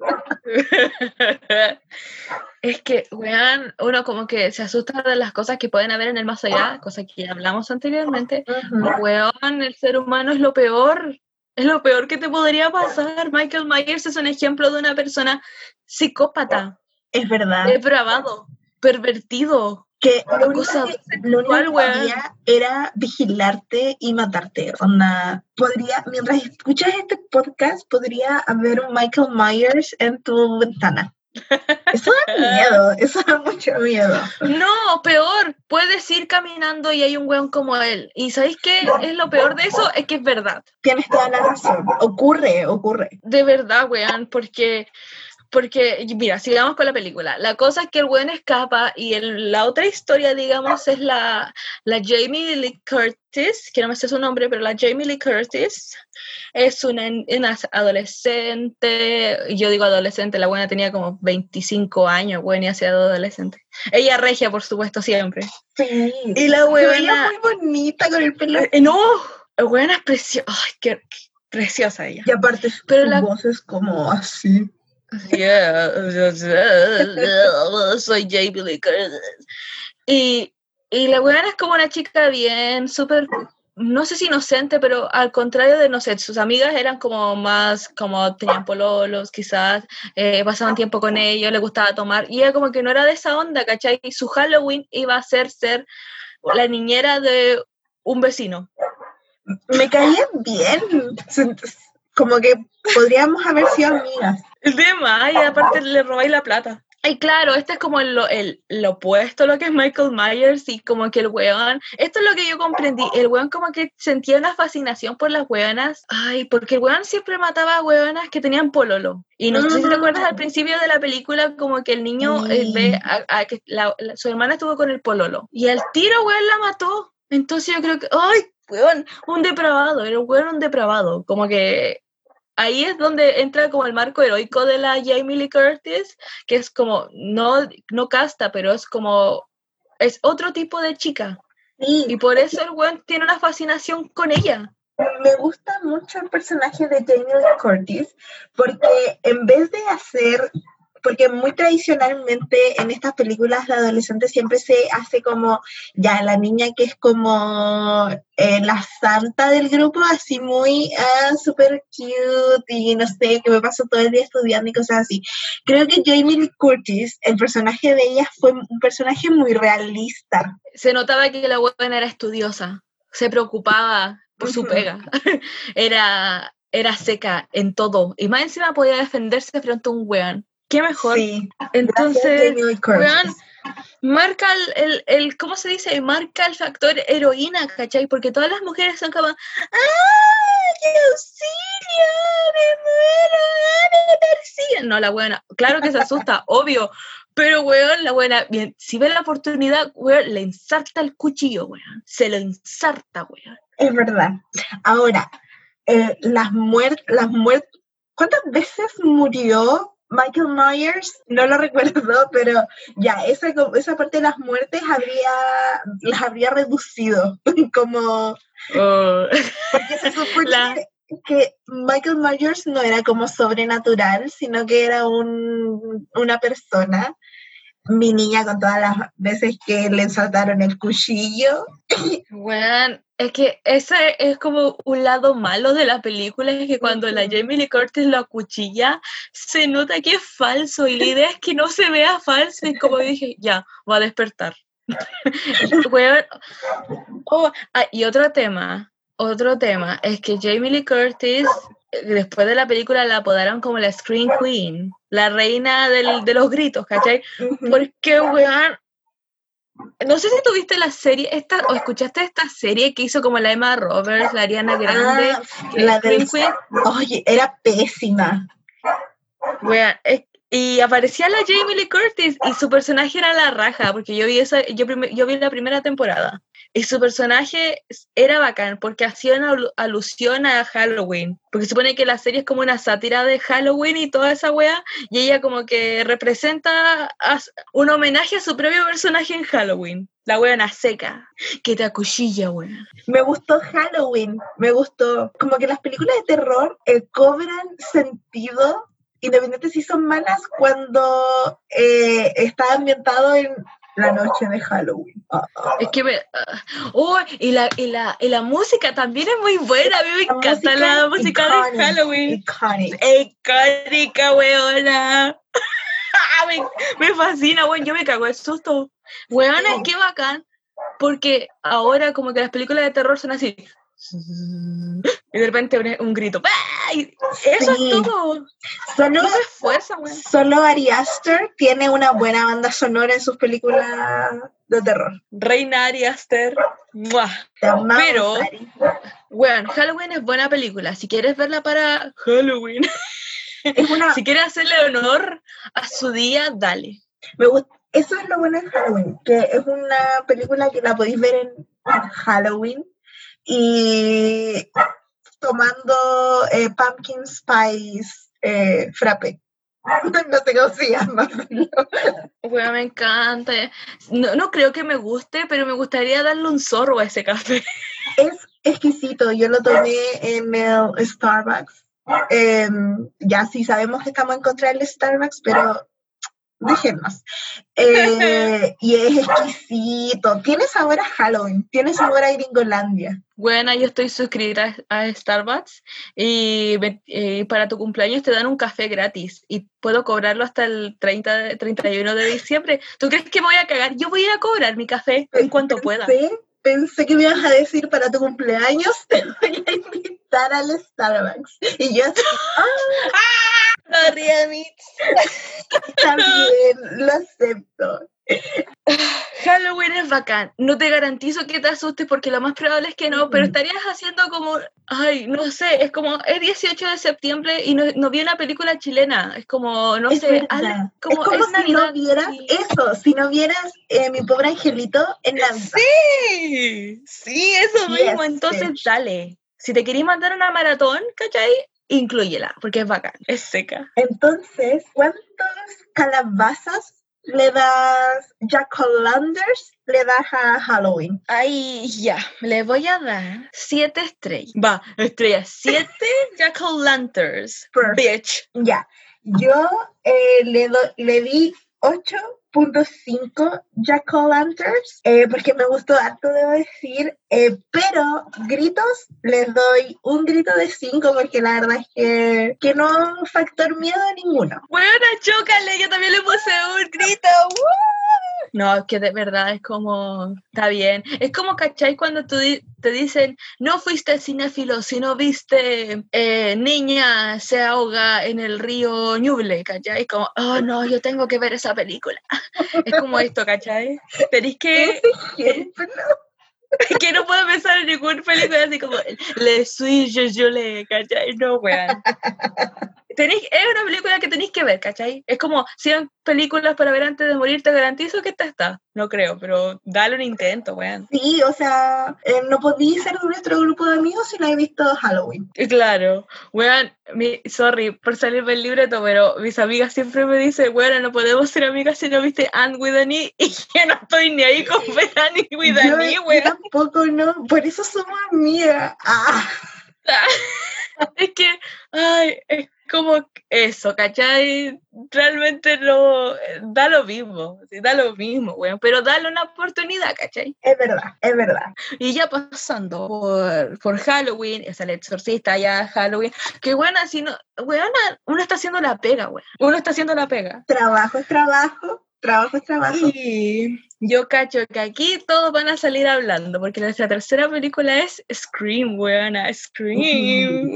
Speaker 2: Es que, weón, uno como que se asusta de las cosas que pueden haber en el más allá, cosas que ya hablamos anteriormente. Weón, el ser humano es lo peor que te podría pasar. Michael Myers es un ejemplo de una persona psicópata.
Speaker 1: Es verdad.
Speaker 2: Depravado, pervertido.
Speaker 1: Que lo único que hacía era vigilarte y matarte. Mientras escuchas este podcast, podría haber un Michael Myers en tu ventana. Eso da miedo, eso da mucho miedo.
Speaker 2: No, peor, puedes ir caminando y hay un weón como él. ¿Y sabéis qué es lo peor de eso? Es que es verdad.
Speaker 1: Tienes toda la razón, ocurre.
Speaker 2: De verdad, weón, porque, mira, sigamos con la película. La cosa es que el weón escapa y la otra historia, digamos, es la Jamie Lee Curtis, que no me sé su nombre, pero la Jamie Lee Curtis es una adolescente. Yo digo adolescente, la buena tenía como 25 años, buena, y hacía adolescente. Ella regia, por supuesto, siempre.
Speaker 1: Sí.
Speaker 2: Y la buena
Speaker 1: muy bonita con el pelo.
Speaker 2: No, la buena es preciosa. Ay, qué preciosa ella.
Speaker 1: Y aparte su voz es como así.
Speaker 2: Yeah, soy Jamie Lee Curtis. Y la buena es como una chica bien, súper, no sé si inocente, pero al contrario de, no sé, sus amigas eran como más, como tenían pololos, quizás, pasaban tiempo con ellos, les gustaba tomar, y ella como que no era de esa onda, ¿cachai? Y su Halloween iba a ser la niñera de un vecino.
Speaker 1: Me caía bien, como que podríamos haber sido amigas.
Speaker 2: El tema, y aparte le robáis la plata. Y claro, este es como lo opuesto a lo que es Michael Myers, y como que el weón, esto es lo que yo comprendí, el weón como que sentía una fascinación por las weonas, porque el weón siempre mataba a weonas que tenían pololo. Y no sé si te acuerdas al principio de la película, como que el niño ve a que su hermana estuvo con el pololo, y al tiro weón la mató. Entonces yo creo que, weón, un depravado, era un weón un depravado, como que ahí es donde entra como el marco heroico de la Jamie Lee Curtis, que es como, no casta, pero es como, es otro tipo de chica.
Speaker 1: Sí.
Speaker 2: Y por eso el weón tiene una fascinación con ella.
Speaker 1: Me gusta mucho el personaje de Jamie Lee Curtis, porque en vez de hacer, porque muy tradicionalmente en estas películas de adolescentes siempre se hace como, ya, la niña que es como la santa del grupo, así muy súper cute y no sé, que me paso todo el día estudiando y cosas así. Creo que Jamie Lee Curtis, el personaje de ella fue un personaje muy realista.
Speaker 2: Se notaba que la buena era estudiosa, se preocupaba por su pega, era seca en todo, y más encima podía defenderse frente a un weón. ¿Qué mejor?
Speaker 1: Sí,
Speaker 2: entonces,
Speaker 1: Jamie Lee Curtis.
Speaker 2: weón, marca el ¿cómo se dice? Marca el factor heroína, ¿cachai? Porque todas las mujeres son como, ¡ay, auxilio! ¡Me muero! ¡Me persiguen! No, la buena, claro que se asusta, obvio, pero, weón, la buena, bien, si ve la oportunidad, weón, le ensarta el cuchillo, weón, se lo ensarta, weón.
Speaker 1: Es verdad. Ahora, las muertes, ¿cuántas veces murió Michael Myers? No lo recuerdo, pero ya, esa parte de las muertes las habría reducido, como, porque se supone que Michael Myers no era como sobrenatural, sino que era una persona. Mi niña con todas las veces que le ensartaron el cuchillo.
Speaker 2: Bueno, es que ese es como un lado malo de la película, es que cuando la Jamie Lee Curtis lo acuchilla, se nota que es falso, y la idea es que no se vea falso, y como dije, ya, va a despertar. Bueno, y otro tema, es que Jamie Lee Curtis, después de la película la apodaron como la Scream Queen, la reina de los gritos, ¿cachai? Porque, weón, no sé si tuviste la serie o escuchaste esta serie que hizo como la Emma Roberts, la Ariana Grande,
Speaker 1: la Scream Queen. Oye, era pésima.
Speaker 2: Weón, y aparecía la Jamie Lee Curtis y su personaje era la raja, porque yo vi la primera temporada. Y su personaje era bacán, porque hacía una alusión a Halloween. Porque se supone que la serie es como una sátira de Halloween y toda esa wea, y ella como que representa un homenaje a su propio personaje en Halloween. La weona seca, que te acuchilla, weón.
Speaker 1: Me gustó Halloween, me gustó. Como que las películas de terror cobran sentido, independientemente si son malas, cuando está ambientado en la noche de Halloween.
Speaker 2: Es que y la música también es muy buena. A mí me encanta la música de Halloween. Icónica, weona. me fascina, weón. Yo me cago de susto. Weona, qué bacán. Porque ahora como que las películas de terror son así. Y de repente un grito. ¡Ay! Eso es todo.
Speaker 1: No
Speaker 2: se esfuerza, weón.
Speaker 1: Solo Ari Aster tiene una buena banda sonora en sus películas de terror.
Speaker 2: Reina Ari Aster. Pero, bueno, Halloween es buena película. Si quieres verla para Halloween, si quieres hacerle honor a su día, dale.
Speaker 1: Me gusta. Eso es lo bueno de Halloween, que es una película que la podéis ver en Halloween y tomando pumpkin spice frappe. No sé cómo se llama.
Speaker 2: Bueno, me encanta. No creo que me guste, pero me gustaría darle un sorbo a ese café.
Speaker 1: Es exquisito. Yo lo tomé en el Starbucks. Ya sí sabemos que estamos en contra del Starbucks, pero déjenos. Y es exquisito. Tiene sabor a Halloween, tiene sabor a Gringolandia.
Speaker 2: Bueno, yo estoy suscrita a Starbucks y para tu cumpleaños te dan un café gratis y puedo cobrarlo hasta el 31 de diciembre. ¿Tú crees que me voy a cagar? Yo voy a ir a cobrar mi café en cuanto pueda.
Speaker 1: Pensé que me ibas a decir para tu cumpleaños te voy a invitar al Starbucks. Y yo así, está bien, lo acepto.
Speaker 2: Halloween es bacán. No te garantizo que te asustes porque lo más probable es que no, pero estarías haciendo como, ay, no sé, es 18 de septiembre y no vi una película chilena. Es como, no sé,
Speaker 1: como es si Navidad. No vieras eso, si no vieras Mi Pobre Angelito en Navidad.
Speaker 2: Sí, eso mismo. Entonces, dale. Si te querís mandar una maratón, ¿cachai? Inclúyela, porque es bacán, es seca.
Speaker 1: Entonces, ¿cuántas calabazas le das jack-o'-lanterns le das a Halloween?
Speaker 2: Ay, ya, le voy a dar 7 estrellas. 7 jack-o'-lanterns. Bitch.
Speaker 1: Ya. Yo le di 8.5 Jack-o'-lanterns, porque me gustó harto, debo decir, pero gritos les doy un grito de 5 porque la verdad es que no factor miedo ninguno.
Speaker 2: Bueno, chócale, yo también le puse un grito. No, es que de verdad es como, está bien. Es como, ¿cachai? Cuando te dicen, no fuiste cinéfilo, sino viste niña se ahoga en el río Ñuble, ¿cachai? Como, oh no, yo tengo que ver esa película. Es como esto, ¿cachai? Tenéis que... que no puedo pensar en ninguna película así como Le suis je le, ¿cachai? No, weón. Es una película que tenéis que ver, ¿cachai? Es como 100 películas para ver antes de morir, te garantizo que esta está. No creo, pero dale un intento, weón.
Speaker 1: Sí, o sea, no podía ser de nuestro grupo de amigos si no he visto Halloween.
Speaker 2: Y claro, weón, sorry por salirme el libreto, pero mis amigas siempre me dicen, weón, no podemos ser amigas si no viste Anne with an E, y yo no estoy ni ahí con ver Anne with an E, weón.
Speaker 1: Yo tampoco, no, por eso somos amigas.
Speaker 2: Es que, ay, es como eso, ¿cachai? Realmente no, da lo mismo, sí, da lo mismo, weón, pero dale una oportunidad, ¿cachai?
Speaker 1: Es verdad.
Speaker 2: Y ya pasando por Halloween, es el exorcista, ya Halloween, que bueno, así no, weón, uno está haciendo la pega, weón, uno está haciendo la pega.
Speaker 1: Trabajo es trabajo.
Speaker 2: Y yo cacho que aquí todos van a salir hablando, porque nuestra tercera película es Scream, weona, Scream,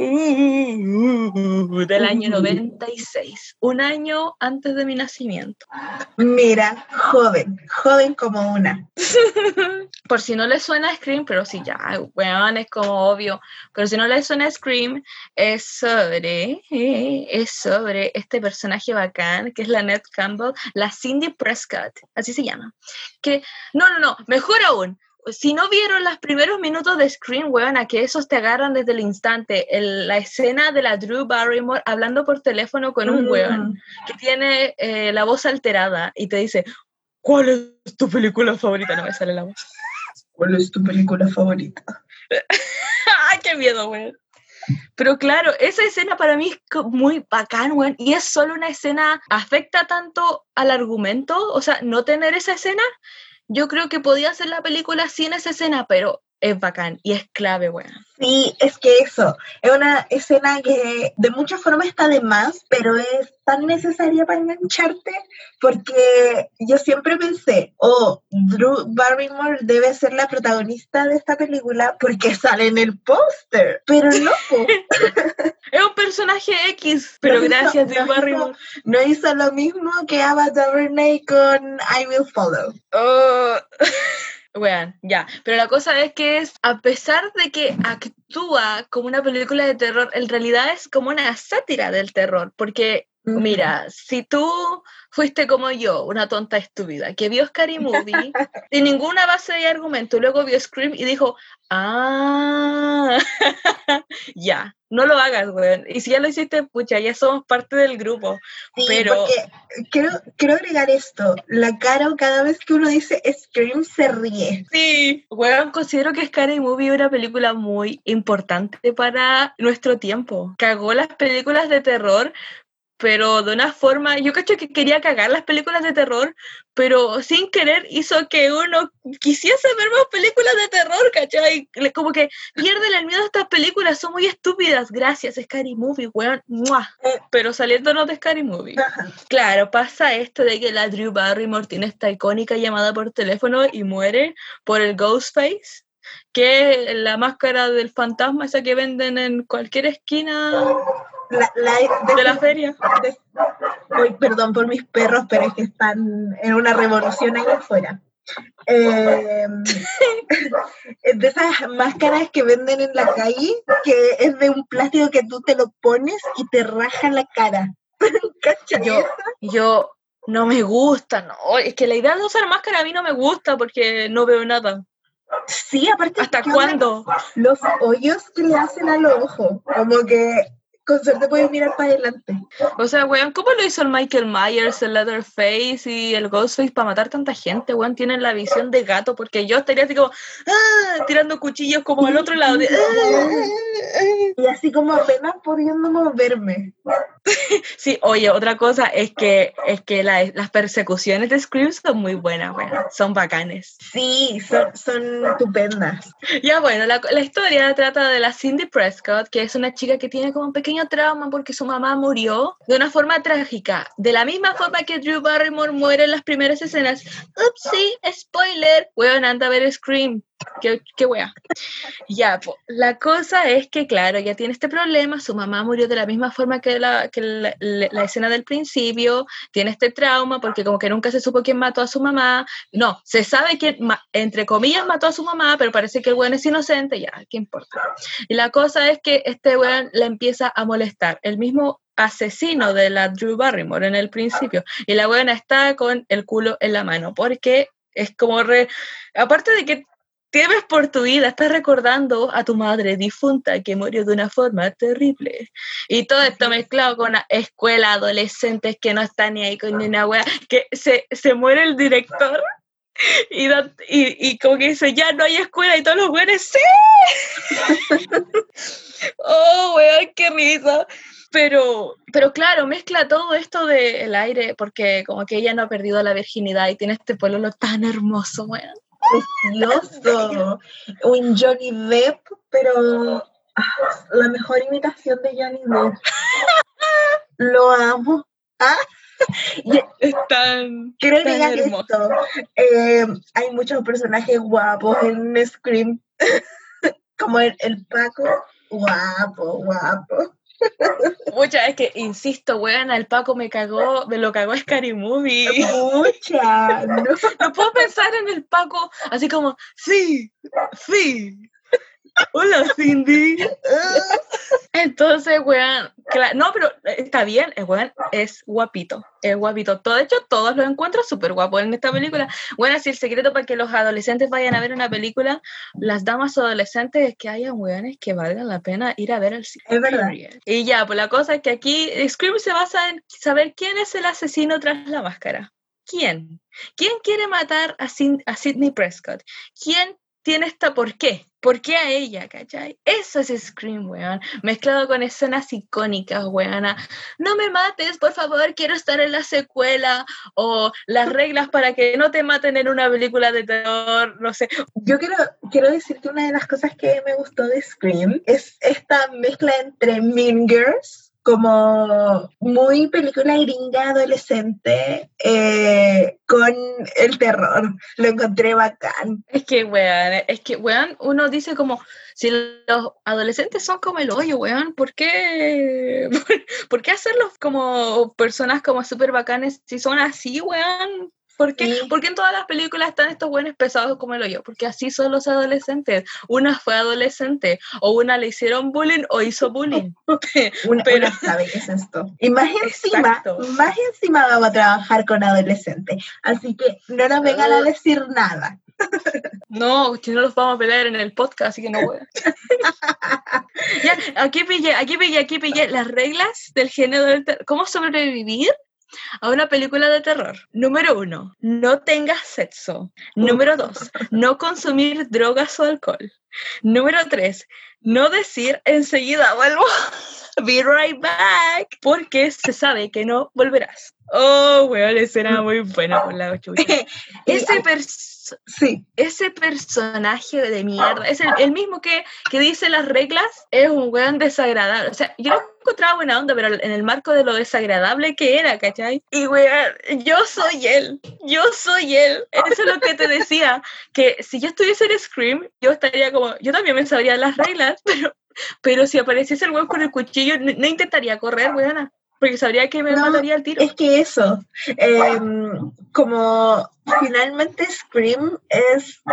Speaker 2: del año 96, un año antes de mi nacimiento.
Speaker 1: Mira, joven como una.
Speaker 2: Por si no les suena Scream, pero sí, ya, weón, es como obvio, pero si no les suena Scream, es sobre este personaje bacán, que es la Neve Campbell, la Cindy Prescott, así se llama, que, no, mejor aún, si no vieron los primeros minutos de Scream, weón, a que esos te agarran desde el instante, la escena de la Drew Barrymore hablando por teléfono con un weón que tiene la voz alterada y te dice, ¿cuál es tu película favorita? No me sale la voz.
Speaker 1: ¿Cuál es tu película favorita?
Speaker 2: ¡Ay, qué miedo, weón! Pero claro, esa escena para mí es muy bacán, weón, y es solo una escena, afecta tanto al argumento, o sea, no tener esa escena, yo creo que podía hacer la película sin esa escena, pero es bacán y es clave, weón.
Speaker 1: Sí, es que eso, es una escena que de muchas formas está de más, pero es tan necesaria para engancharte, porque yo siempre pensé, Drew Barrymore debe ser la protagonista de esta película porque sale en el póster, pero no.
Speaker 2: Es un personaje X, pero gracias Drew Barrymore.
Speaker 1: No hizo lo mismo que Ava DuVernay con I Will Follow.
Speaker 2: Bueno, ya, pero la cosa es que a pesar de que actúa como una película de terror, en realidad es como una sátira del terror, porque mira, si tú fuiste como yo, una tonta estúpida, que vio Scary Movie sin ninguna base de argumento, luego vio Scream y dijo, ya, no lo hagas, weón. Y si ya lo hiciste, pucha, ya somos parte del grupo.
Speaker 1: Sí,
Speaker 2: pero
Speaker 1: porque quiero agregar esto, la Caro cada vez que uno dice Scream se ríe.
Speaker 2: Sí, weón, considero que Scary Movie es una película muy importante para nuestro tiempo. Cagó las películas de terror, pero de una forma, yo cacho que quería cagar las películas de terror, pero sin querer hizo que uno quisiese ver más películas de terror, ¿cachai? Como que pierden el miedo a estas películas, son muy estúpidas. Gracias, Scary Movie, weón. ¡Mua! Pero saliéndonos de Scary Movie. Claro, pasa esto de que la Drew Barrymore tiene esta icónica llamada por teléfono y muere por el Ghostface, que es la máscara del fantasma esa que venden en cualquier esquina de la feria.
Speaker 1: Perdón por mis perros, pero es que están en una revolución ahí afuera. De esas máscaras que venden en la calle, que es de un plástico que tú te lo pones y te raja la cara.
Speaker 2: Yo no me gusta, no, es que la idea de usar máscara a mí no me gusta porque no veo nada.
Speaker 1: Sí, aparte.
Speaker 2: ¿Hasta cuándo?
Speaker 1: Los hoyos que le hacen a los ojos, como que con suerte puedes mirar para adelante.
Speaker 2: O sea, weón, ¿cómo lo hizo el Michael Myers, el Leatherface y el Ghostface para matar tanta gente, weón? Tienen la visión de gato, porque yo estaría así como, tirando cuchillos como al otro lado.
Speaker 1: Y así como apenas pudiendo moverme.
Speaker 2: Sí, oye, otra cosa es que las persecuciones de Scream son muy buenas, weón. Son bacanes.
Speaker 1: Sí, son estupendas.
Speaker 2: Ya bueno, la historia trata de la Cindy Prescott, que es una chica que tiene como un pequeño trauma porque su mamá murió de una forma trágica, de la misma forma que Drew Barrymore muere en las primeras escenas. Upsi, spoiler. Weón, anda a ver Scream. Qué wea. Ya, la cosa es que, claro, ya tiene este problema, su mamá murió de la misma forma que la escena del principio, tiene este trauma porque como que nunca se supo quién mató a su mamá, no, se sabe quién, entre comillas, mató a su mamá, pero parece que el weón es inocente, ya, ¿qué importa? Y la cosa es que este weón la empieza a molestar, el mismo asesino de la Drew Barrymore en el principio, y la weona está con el culo en la mano, porque es como aparte de que temes por tu vida, estás recordando a tu madre difunta que murió de una forma terrible. Y todo esto mezclado con una escuela, adolescentes que no están ni ahí con ni una wea, que se muere el director y como que dice, ya no hay escuela, y todos los weones, ¡sí! Oh, weón, qué risa. Pero claro, mezcla todo esto del aire, porque como que ella no ha perdido la virginidad y tiene este pueblo tan hermoso, weón.
Speaker 1: Precioso. Un Johnny Depp, pero la mejor imitación de Johnny Depp. Lo amo.
Speaker 2: Creo
Speaker 1: que ya hermoso. Esto, hay muchos personajes guapos en Scream. Como el Paco, guapo.
Speaker 2: Mucha, es que, insisto, weón, al Paco me lo cagó Scary Movie.
Speaker 1: Mucha,
Speaker 2: no puedo pensar en el Paco así como, sí, hola Cindy. Entonces, weón, no, pero está bien, el weón es guapito. De hecho, todos los encuentro súper guapos en esta película. Bueno, así el secreto para que los adolescentes vayan a ver una película, las damas adolescentes, es que hayan weones que valgan la pena ir a ver al cine.
Speaker 1: Es verdad.
Speaker 2: Y ya, pues la cosa es que aquí Scream se basa en saber quién es el asesino tras la máscara. ¿Quién? ¿Quién quiere matar a Sidney Prescott? ¿Quién tiene esta por qué? ¿Por qué a ella, cachai? Eso es Scream, weón. Mezclado con escenas icónicas, weona. No me mates, por favor, quiero estar en la secuela. O las reglas para que no te maten en una película de terror, no sé.
Speaker 1: Yo quiero decir que una de las cosas que me gustó de Scream es esta mezcla entre Mean Girls, como muy película gringa adolescente, con el terror. Lo encontré bacán.
Speaker 2: Es que, weón, uno dice como, si los adolescentes son como el hoyo, weón, ¿por qué hacerlos como personas como súper bacanes si son así, weón? ¿Por qué?
Speaker 1: Sí.
Speaker 2: ¿Por qué en todas las películas están estos buenos pesados como el hoyo? Porque así son los adolescentes. Una fue adolescente, o una le hicieron bullying o hizo bullying.
Speaker 1: Una sabe qué es esto. Y más encima vamos a trabajar con adolescentes. Así que no nos vengan a decir nada.
Speaker 2: No, si no los vamos a pelear en el podcast, así que no voy. Ya, aquí pillé las reglas del género del terror. ¿Cómo sobrevivir a una película de terror? Número 1, no tengas sexo. Número 2, no consumir drogas o alcohol. Número 3, no decir enseguida vuelvo. Be right back. Porque se sabe que no volverás. Oh, weón, escena muy buena por la chucha. Ese personaje de mierda, es el mismo que dice las reglas, es un weón desagradable. O sea, yo lo encontraba buena onda, pero en el marco de lo desagradable que era, ¿cachai? Y weón, yo soy él. Eso es lo que te decía, que si yo estuviese en Scream, yo estaría como, yo también me sabría las reglas, pero si apareciese el weón con el cuchillo, no intentaría correr, weona. Porque sabría que me mataría al tiro.
Speaker 1: Es que eso, como finalmente Scream es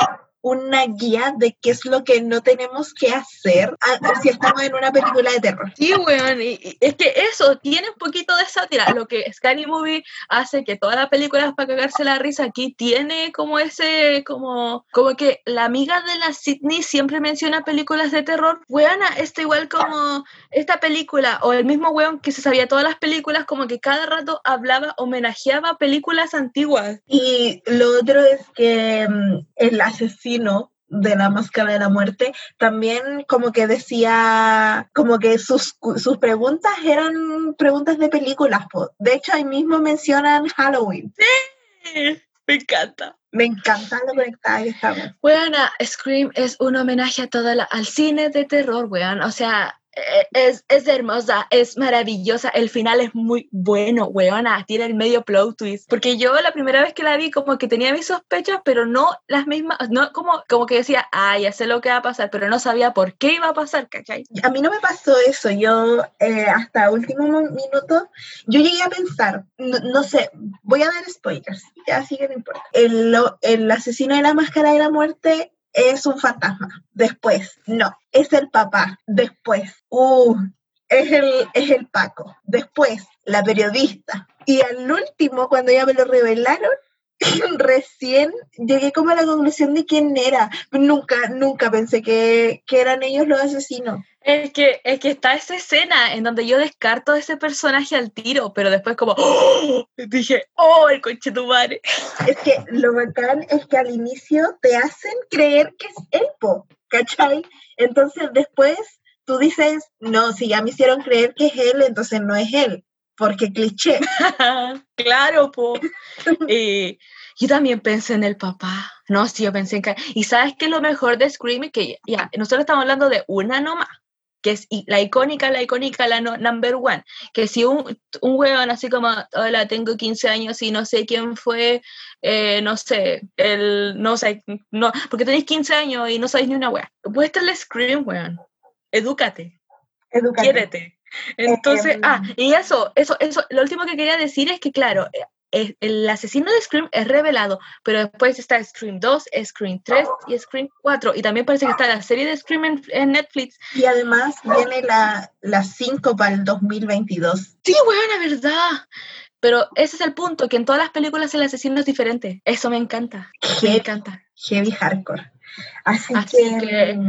Speaker 1: una guía de qué es lo que no tenemos que hacer si estamos en una película de terror.
Speaker 2: Sí, weón, y es que eso tiene un poquito de sátira. Lo que Scary Movie hace que todas las películas para cagarse la risa, aquí tiene como ese, como que la amiga de la Sydney siempre menciona películas de terror. Weona, esto igual como esta película, o el mismo weón que se sabía todas las películas, como que cada rato hablaba, homenajeaba películas antiguas.
Speaker 1: Y lo otro es que el asesino de la Máscara de la Muerte también como que decía, como que sus preguntas eran preguntas de películas, po. De hecho ahí mismo mencionan Halloween.
Speaker 2: Sí, me encanta.
Speaker 1: Me encanta lo conectada que estamos.
Speaker 2: Weona, Scream es un homenaje a al cine de terror, weón. O sea, es hermosa, es maravillosa. El final es muy bueno, weona. Tiene el medio plot twist. Porque yo la primera vez que la vi como que tenía mis sospechas, pero no las mismas, no como que decía, ya sé lo que va a pasar, pero no sabía por qué iba a pasar, ¿cachai?
Speaker 1: A mí no me pasó eso. Yo hasta último minuto, yo llegué a pensar, no sé, voy a dar spoilers, así que no importa. El asesino de la Máscara de la Muerte es un fantasma. Después, no, es el papá. Después, es el Paco. Después, la periodista. Y al último, cuando ya me lo revelaron, recién llegué como a la conclusión de quién era. Nunca pensé que eran ellos los asesinos.
Speaker 2: Es que está esa escena en donde yo descarto a ese personaje al tiro, pero después como, ¡oh! Dije, ¡oh, el conchetumare!
Speaker 1: Es que lo bacán es que al inicio te hacen creer que es él, po, ¿cachai? Entonces después tú dices, no, si ya me hicieron creer que es él, entonces no es él, porque cliché.
Speaker 2: Claro, po. Yo también pensé en el papá. No, sí, yo pensé en... Y ¿sabes qué es lo mejor de Scream? Es que ya, nosotros estamos hablando de una nomás, que es la icónica, la number one. Que si un huevón así como, hola, tengo 15 años y no sé quién fue, no sé, no, porque tenéis 15 años y no sabéis ni una wea. Puedes estarle Scream, weón. Edúcate. Quiérete. Entonces, y eso, lo último que quería decir es que, claro, el asesino de Scream es revelado, pero después está Scream 2, Scream 3 y Scream 4, y también parece que está la serie de Scream en Netflix.
Speaker 1: Y además viene la 5 para el 2022.
Speaker 2: Sí, weón, es verdad. Pero ese es el punto, que en todas las películas el asesino es diferente. Eso me encanta. Me encanta.
Speaker 1: Heavy hardcore. Así
Speaker 2: que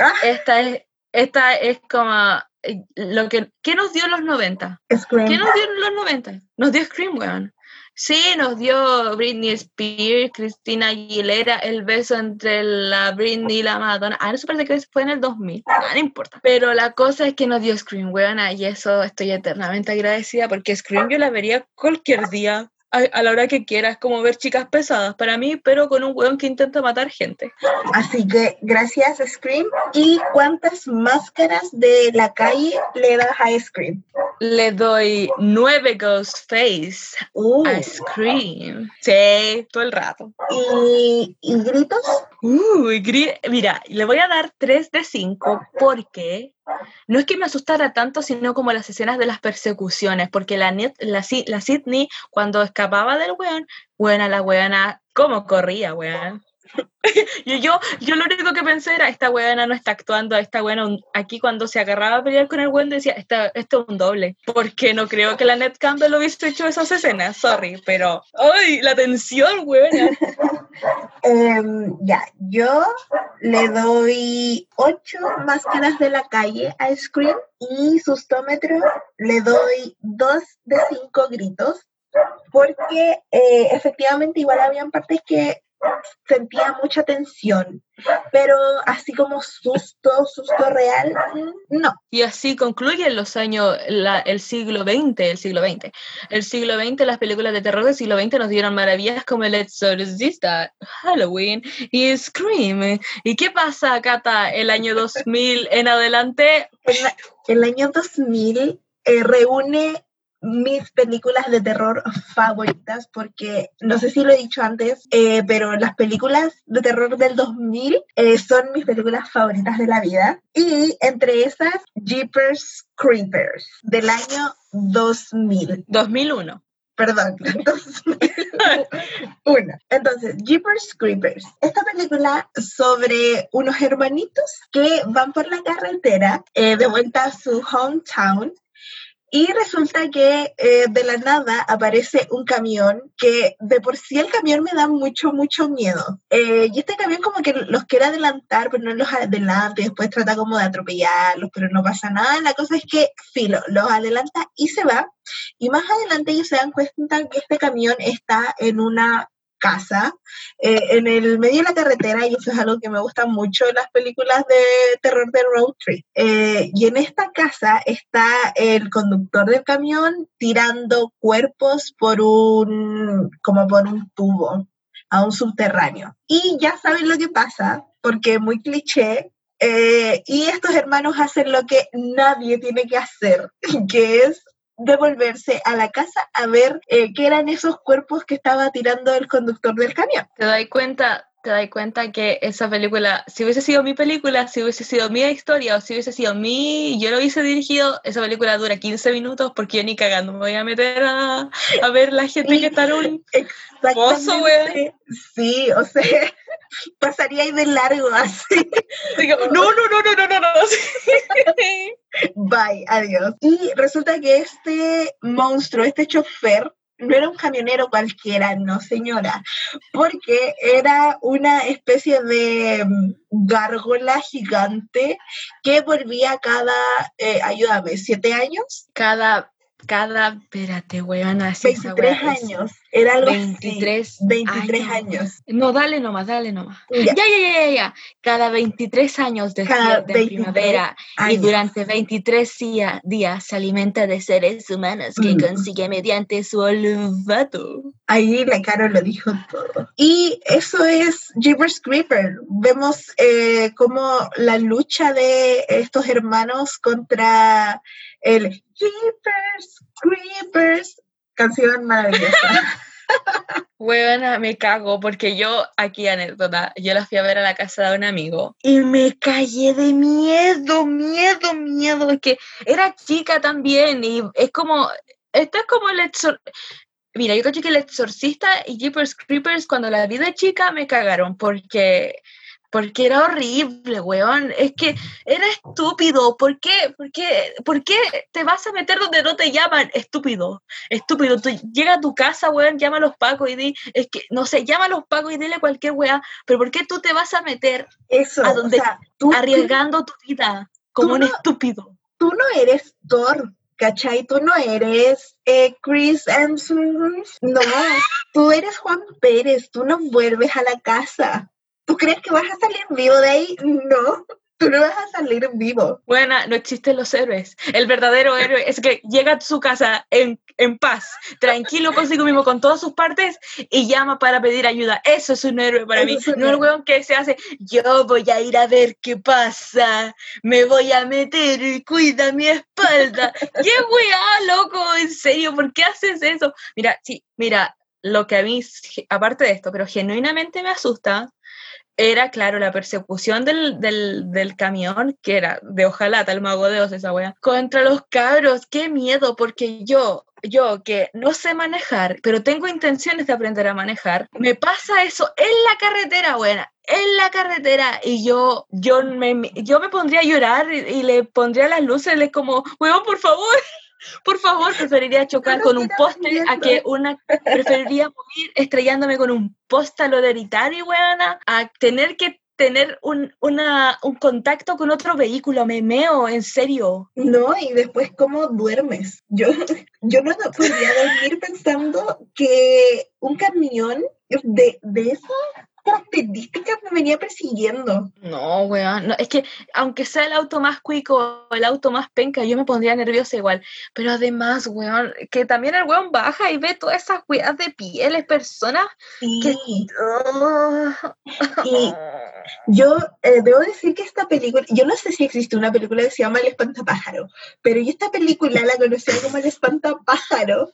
Speaker 2: esta es como... ¿Qué nos dio los 90?
Speaker 1: Scream.
Speaker 2: ¿Qué nos dio en los 90? Nos dio Scream, weón. Sí, nos dio Britney Spears, Christina Aguilera, el beso entre la Britney y la Madonna. Eso parece que fue en el 2000. No importa. Pero la cosa es que nos dio Scream, weón, y eso estoy eternamente agradecida porque Scream yo la vería cualquier día. A la hora que quieras, como ver chicas pesadas para mí, pero con un weón que intenta matar gente.
Speaker 1: Así que gracias Scream. ¿Y cuántas máscaras de la calle le das a Scream?
Speaker 2: Le doy 9 Ghostface a Scream. Sí, todo el rato.
Speaker 1: ¿Y gritos?
Speaker 2: Mira, le voy a dar 3 de 5 porque no es que me asustara tanto, sino como las escenas de las persecuciones, porque la Sydney, cuando escapaba del weón, la weona, ¿cómo corría, weón? yo lo único que pensé era, esta weona no está actuando, esta weona aquí cuando se agarraba a pelear con el weón decía, esto es un doble, porque no creo que la Neve Campbell lo hubiese hecho esas escenas, sorry, pero ¡ay, la tensión, weona!
Speaker 1: Ya, yo le doy 8 máscaras de la calle a Scream y sustómetro le doy 2 de 5 gritos, porque efectivamente igual habían partes que sentía mucha tensión, pero así como susto real, no.
Speaker 2: Y así concluyen los años, el siglo XX. El siglo XX, las películas de terror del siglo XX nos dieron maravillas como El Exorcista, Halloween y Scream. ¿Y qué pasa, Cata, el año 2000 en adelante?
Speaker 1: El año 2000 reúne mis películas de terror favoritas, porque no sé si lo he dicho antes, pero las películas de terror del 2000 son mis películas favoritas de la vida, y entre esas Jeepers Creepers del año 2000.
Speaker 2: 2001.
Speaker 1: Perdón, entonces, una. Entonces, Jeepers Creepers. Esta película sobre unos hermanitos que van por la carretera de vuelta a su hometown. Y resulta que de la nada aparece un camión que de por sí el camión me da mucho, mucho miedo. Y este camión como que los quiere adelantar, pero no los adelanta y después trata como de atropellarlos, pero no pasa nada. La cosa es que, filo, los adelanta y se va. Y más adelante ellos se dan cuenta que este camión está en una casa, en el medio de la carretera, y eso es algo que me gusta mucho en las películas de terror de road trip. Y en esta casa está el conductor del camión tirando cuerpos como por un tubo a un subterráneo. Y ya saben lo que pasa, porque es muy cliché, y estos hermanos hacen lo que nadie tiene que hacer, que es devolverse a la casa a ver qué eran esos cuerpos que estaba tirando el conductor del camión.
Speaker 2: ¿Te das cuenta que esa película, si hubiese sido mi película, si hubiese sido mi historia, o si hubiese sido yo lo hubiese dirigido, esa película dura 15 minutos porque yo ni cagando me voy a meter a ver la gente que está en un pozo, weón?
Speaker 1: Sí, o sea, pasaría ahí de largo así.
Speaker 2: No.
Speaker 1: Bye, adiós. Y resulta que este monstruo, este chofer, no era un camionero cualquiera, no señora, porque era una especie de gárgola gigante que volvía ayúdame, 7 años.
Speaker 2: Espérate, weón, así
Speaker 1: 23 años, era algo
Speaker 2: 23
Speaker 1: así, 23 años.
Speaker 2: No, dale nomás. Ya. Cada 23 años despierta en primavera y durante 23 días se alimenta de seres humanos que consigue mediante su olfato.
Speaker 1: Ahí la Caro lo dijo todo. Y eso es Jeepers Creepers. Vemos como la lucha de estos hermanos contra el Jeepers Creepers. Canción maravillosa.
Speaker 2: Bueno, me cago porque aquí anécdota, yo la fui a ver a la casa de un amigo y me cagué de miedo, es que era chica también y es como, esto es como mira, yo creo que El Exorcista y Jeepers Creepers cuando la vi de chica me cagaron porque era horrible, weón. Es que era estúpido. ¿Por qué te vas a meter donde no te llaman? Estúpido. Tú llegas a tu casa, weón, llama a los pacos y llama a los pacos y dile cualquier weá. Pero ¿por qué tú te vas a meter a donde, arriesgando tu vida como un estúpido?
Speaker 1: Tú no eres Thor, ¿cachai? Tú no eres Chris Hemsworth. No, tú eres Juan Pérez. Tú no vuelves a la casa. ¿Tú crees que vas a salir vivo de ahí? No, tú no vas a salir vivo.
Speaker 2: Bueno, no existen los héroes. El verdadero héroe es que llega a su casa en paz, tranquilo consigo mismo, con todas sus partes, y llama para pedir ayuda. Eso es un héroe para mí. No el weón que se hace, yo voy a ir a ver qué pasa, me voy a meter y cuida mi espalda. ¡Qué weá, loco! En serio, ¿por qué haces eso? Mira, lo que a mí, aparte de esto, pero genuinamente me asusta, era, claro, la persecución del camión, que era de hojalata, el mago de Oz, esa wea, contra los cabros. ¡Qué miedo! Porque yo que no sé manejar, pero tengo intenciones de aprender a manejar, me pasa eso en la carretera, buena, en la carretera, y yo me pondría a llorar y le pondría las luces, le como, weón, por favor, preferiría chocar con un poste preferiría morir estrellándome con un poste a lo de Hereditary, weona, a tener que tener un contacto con otro vehículo. Me meo, en serio.
Speaker 1: No, y después, ¿cómo duermes? Yo no podría dormir pensando que un camión de esas características me venía persiguiendo.
Speaker 2: No, weón, no, es que aunque sea el auto más cuico o el auto más penca, yo me pondría nerviosa igual, pero además, weón, que también el weón baja y ve todas esas weas de pieles, personas
Speaker 1: sí.
Speaker 2: Que...
Speaker 1: Y yo debo decir que esta película, yo no sé si existe una película que se llama El Espantapájaro, pero yo esta película la conocía como El Espantapájaro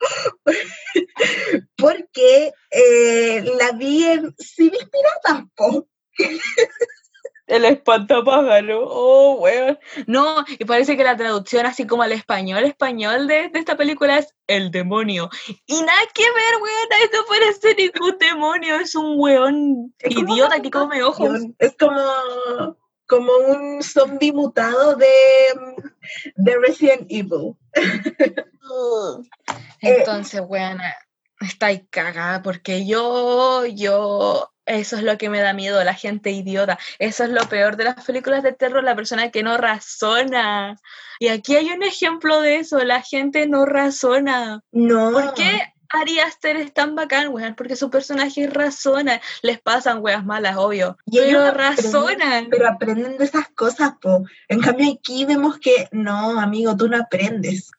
Speaker 1: porque la vi en Cines Piratas, po.
Speaker 2: El espantapájaro, oh, weón. No, y parece que la traducción así como al español de esta película es el demonio. Y nada que ver, weón, no parece ningún demonio, es un weón idiota que come ojos.
Speaker 1: Es como un zombie mutado de Resident Evil.
Speaker 2: Entonces, weón, está ahí cagada, porque yo, eso es lo que me da miedo, la gente idiota. Eso es lo peor de las películas de terror, la persona que no razona. Y aquí hay un ejemplo de eso, la gente no razona.
Speaker 1: No.
Speaker 2: ¿Por qué Ari Aster es tan bacán, weón? Porque sus personajes razonan. Les pasan weas malas, obvio, pero razonan.
Speaker 1: Pero aprenden de esas cosas, po. En cambio aquí vemos que, no, amigo, tú no aprendes.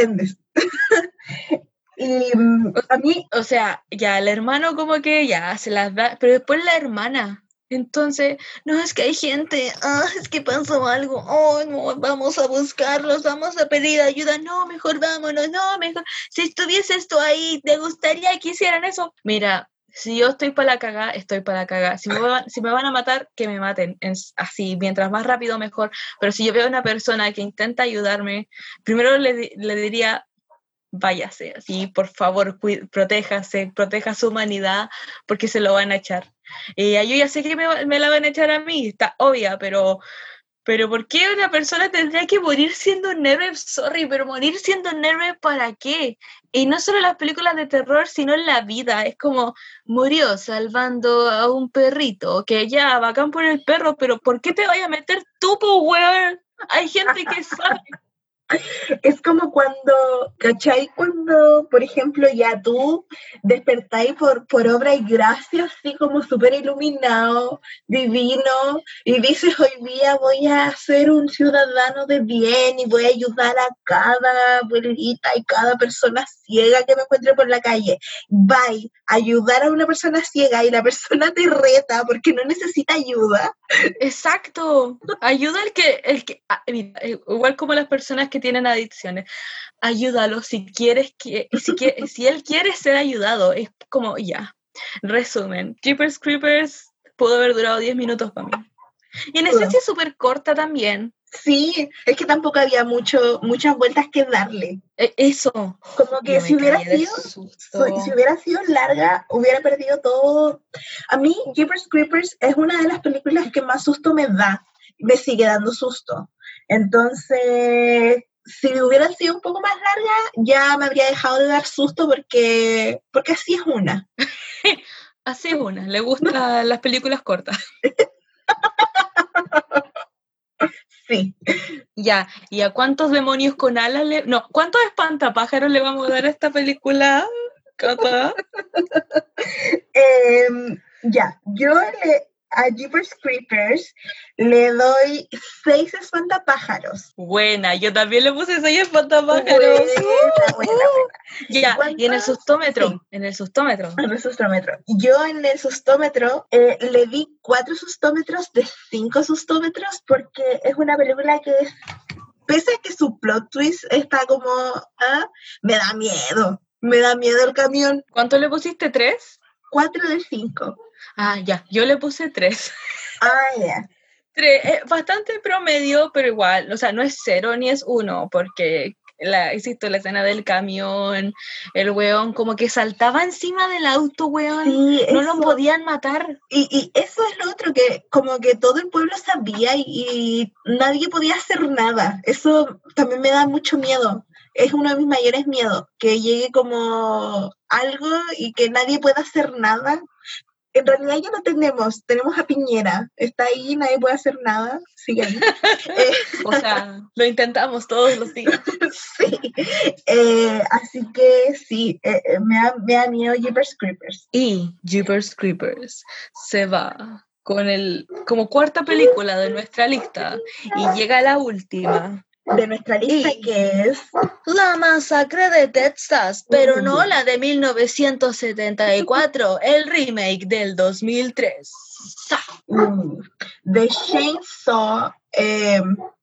Speaker 1: Y a mí,
Speaker 2: o sea, ya el hermano como que ya se las da, pero después la hermana. Entonces, no, es que hay gente, es que pasó algo, no, vamos a buscarlos, vamos a pedir ayuda, no, mejor vámonos, no, mejor, si estuvieses tú ahí, ¿te gustaría que hicieran eso? Mira, si yo estoy para la cagada, estoy para la cagada. Si me van a matar, que me maten, así, mientras más rápido mejor, pero si yo veo a una persona que intenta ayudarme, primero le diría, váyase, así, por favor, protéjase, proteja su humanidad, porque se lo van a echar. Yo ya sé que me la van a echar a mí, está obvia, pero ¿por qué una persona tendría que morir siendo un héroe? Sorry, pero morir siendo un héroe, ¿para qué? Y no solo en las películas de terror, sino en la vida. Es como, murió salvando a un perrito, que ya, bacán por el perro, pero ¿por qué te vayas a meter tú, po, weón? Hay gente que sabe.
Speaker 1: Es como cuando, ¿cachai? Cuando, por ejemplo, ya tú despertáis por obra y gracia, así como súper iluminado, divino, y dices, hoy día voy a ser un ciudadano de bien y voy a ayudar a cada abuelita y cada persona ciega que me encuentre por la calle. Bye, ayudar a una persona ciega y la persona te reta porque no necesita ayuda.
Speaker 2: Exacto, ayuda al que igual como las personas que tienen adicciones, ayúdalo si él quiere ser ayudado, es como ya. Resumen, Jeepers Creepers pudo haber durado 10 minutos para mí. Y en esencia es súper corta también.
Speaker 1: Sí, es que tampoco había muchas vueltas que darle.
Speaker 2: Eso.
Speaker 1: Como que si hubiera sido larga, hubiera perdido todo. A mí, Jeepers Creepers es una de las películas que más susto me da. Me sigue dando susto. Entonces, si hubiera sido un poco más larga, ya me habría dejado de dar susto porque así es una.
Speaker 2: Así es una. Le gustan las películas cortas.
Speaker 1: Sí.
Speaker 2: Ya, ¿y a cuántos demonios con alas cuántos espantapájaros le vamos a dar a esta película, Cata?
Speaker 1: Ya, yo a Jeepers Creepers le doy 6 espantapájaros.
Speaker 2: Buena, yo también le puse 6 espantapájaros.
Speaker 1: Buena.
Speaker 2: Ya, ¿y en el sustómetro?
Speaker 1: Sí.
Speaker 2: En el sustómetro.
Speaker 1: En el sustómetro. Yo en el sustómetro le di 4 sustómetros de 5 sustómetros porque es una película que, pese a que su plot twist está como, me da miedo el camión.
Speaker 2: ¿Cuánto le pusiste? ¿3?
Speaker 1: 4 de 5.
Speaker 2: Ya, yo le puse 3.
Speaker 1: Ya.
Speaker 2: 3, bastante promedio, pero igual, o sea, no es 0 ni es 1, porque insisto, la escena del camión, el weón como que saltaba encima del auto, weón,
Speaker 1: sí,
Speaker 2: no lo podían matar.
Speaker 1: Y eso es lo otro, que como que todo el pueblo sabía y nadie podía hacer nada. Eso también me da mucho miedo. Es uno de mis mayores miedos, que llegue como algo y que nadie pueda hacer nada. En realidad ya no tenemos a Piñera, está ahí, nadie puede hacer nada, sigue ahí.
Speaker 2: O sea, lo intentamos todos los días.
Speaker 1: Sí, así que sí, me da miedo Jeepers Creepers.
Speaker 2: Y Jeepers Creepers se va con como cuarta película de nuestra lista y llega la última.
Speaker 1: De nuestra lista, que es
Speaker 2: La masacre de Texas, pero no la de 1974, el remake del 2003.
Speaker 1: The Chainsaw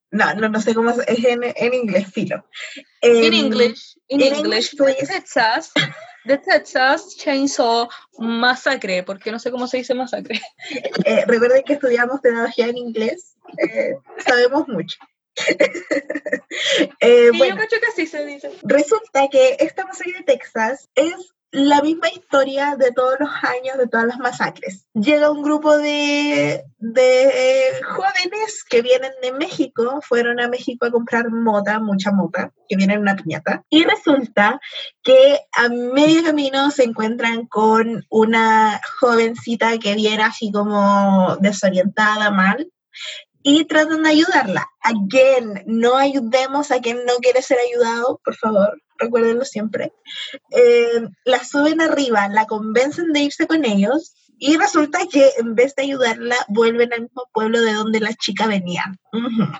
Speaker 1: no sé cómo es en inglés, filo.
Speaker 2: In English,
Speaker 1: please.
Speaker 2: The Texas Chainsaw Massacre, porque no sé cómo se dice masacre.
Speaker 1: Recuerden que estudiamos tecnología en inglés, sabemos mucho.
Speaker 2: Bueno, yo creo que así se dice.
Speaker 1: Resulta que esta masacre de Texas es la misma historia de todos los años, de todas las masacres. Llega un grupo de jóvenes que vienen de México, fueron a México a comprar mota, mucha mota, que viene en una piñata, y resulta que a medio camino se encuentran con una jovencita que viene así como desorientada, mal, y tratan de ayudarla. Again, no ayudemos a quien no quiere ser ayudado, por favor, recuérdenlo siempre. La suben arriba, la convencen de irse con ellos y resulta que en vez de ayudarla, vuelven al mismo pueblo de donde la chica venía. Uh-huh.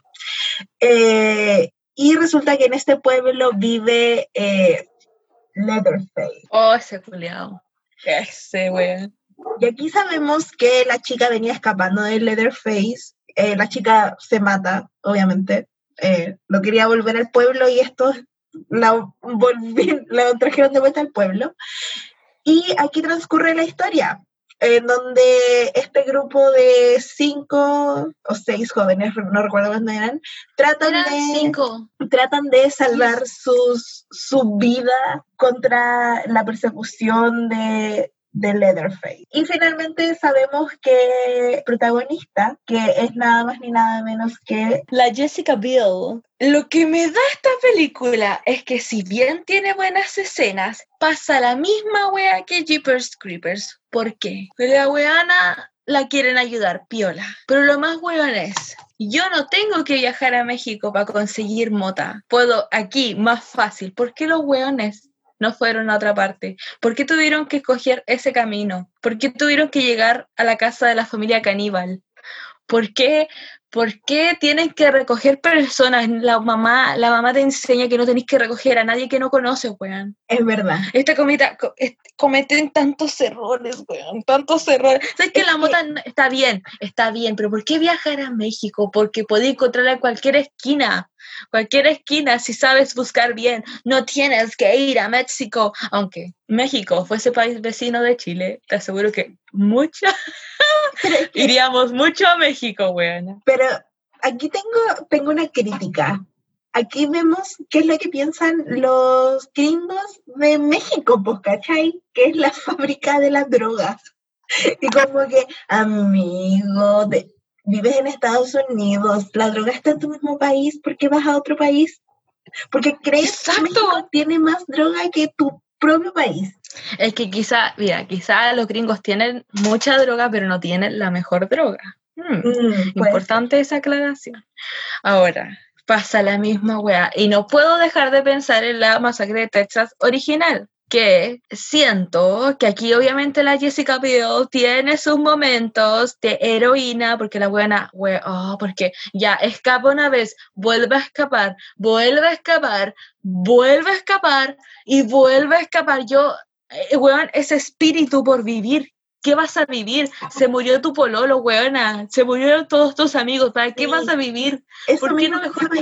Speaker 1: Y resulta que en este pueblo vive Leatherface.
Speaker 2: Oh, ese culiao. Ese weón.
Speaker 1: Y aquí sabemos que la chica venía escapando de Leatherface. La chica se mata, obviamente. Lo quería volver al pueblo y estos la trajeron de vuelta al pueblo. Y aquí transcurre la historia, en donde este grupo de 5 o 6 jóvenes, no recuerdo cuándo eran, tratan de salvar su vida contra la persecución de Leatherface. Y finalmente sabemos que el protagonista, que es nada más ni nada menos que
Speaker 2: la Jessica Biel. Lo que me da esta película es que si bien tiene buenas escenas, pasa la misma wea que Jeepers Creepers. ¿Por qué? Pero la weana la quieren ayudar, piola. Pero lo más weón es, yo no tengo que viajar a México para conseguir mota. Puedo aquí, más fácil. ¿Por qué los weones no fueron a otra parte? ¿Por qué tuvieron que escoger ese camino? ¿Por qué tuvieron que llegar a la casa de la familia caníbal? ¿Por qué tienen que recoger personas? La mamá te enseña que no tenés que recoger a nadie que no conoces, weón.
Speaker 1: Es verdad.
Speaker 2: Esta comida cometen tantos errores, weón, tantos errores. ¿Sabes que la mota está bien, pero ¿por qué viajar a México? Porque podés encontrarla en cualquier esquina, si sabes buscar bien. No tienes que ir a México, aunque México fuese país vecino de Chile, te aseguro que iríamos mucho a México, weón.
Speaker 1: Pero aquí tengo una crítica. Aquí vemos qué es lo que piensan los gringos de México, pues, ¿cachai? Que es la fábrica de las drogas. Y como que, amigo, vives en Estados Unidos, la droga está en tu mismo país, ¿por qué vas a otro país? Porque crees que México tiene más droga que tu propio país.
Speaker 2: Es que quizá los gringos tienen mucha droga, pero no tienen la mejor droga. Importante esa aclaración. Ahora, pasa la misma wea. Y no puedo dejar de pensar en la masacre de Texas original, que siento que aquí obviamente la Jessica Biel tiene sus momentos de heroína, porque la buena, porque ya escapa una vez, vuelve a escapar, y vuelve a escapar. Weón, ese espíritu por vivir. ¿Qué vas a vivir? Se murió tu pololo, weona. Se murieron todos tus amigos. ¿Para qué vas a vivir? ¿Por qué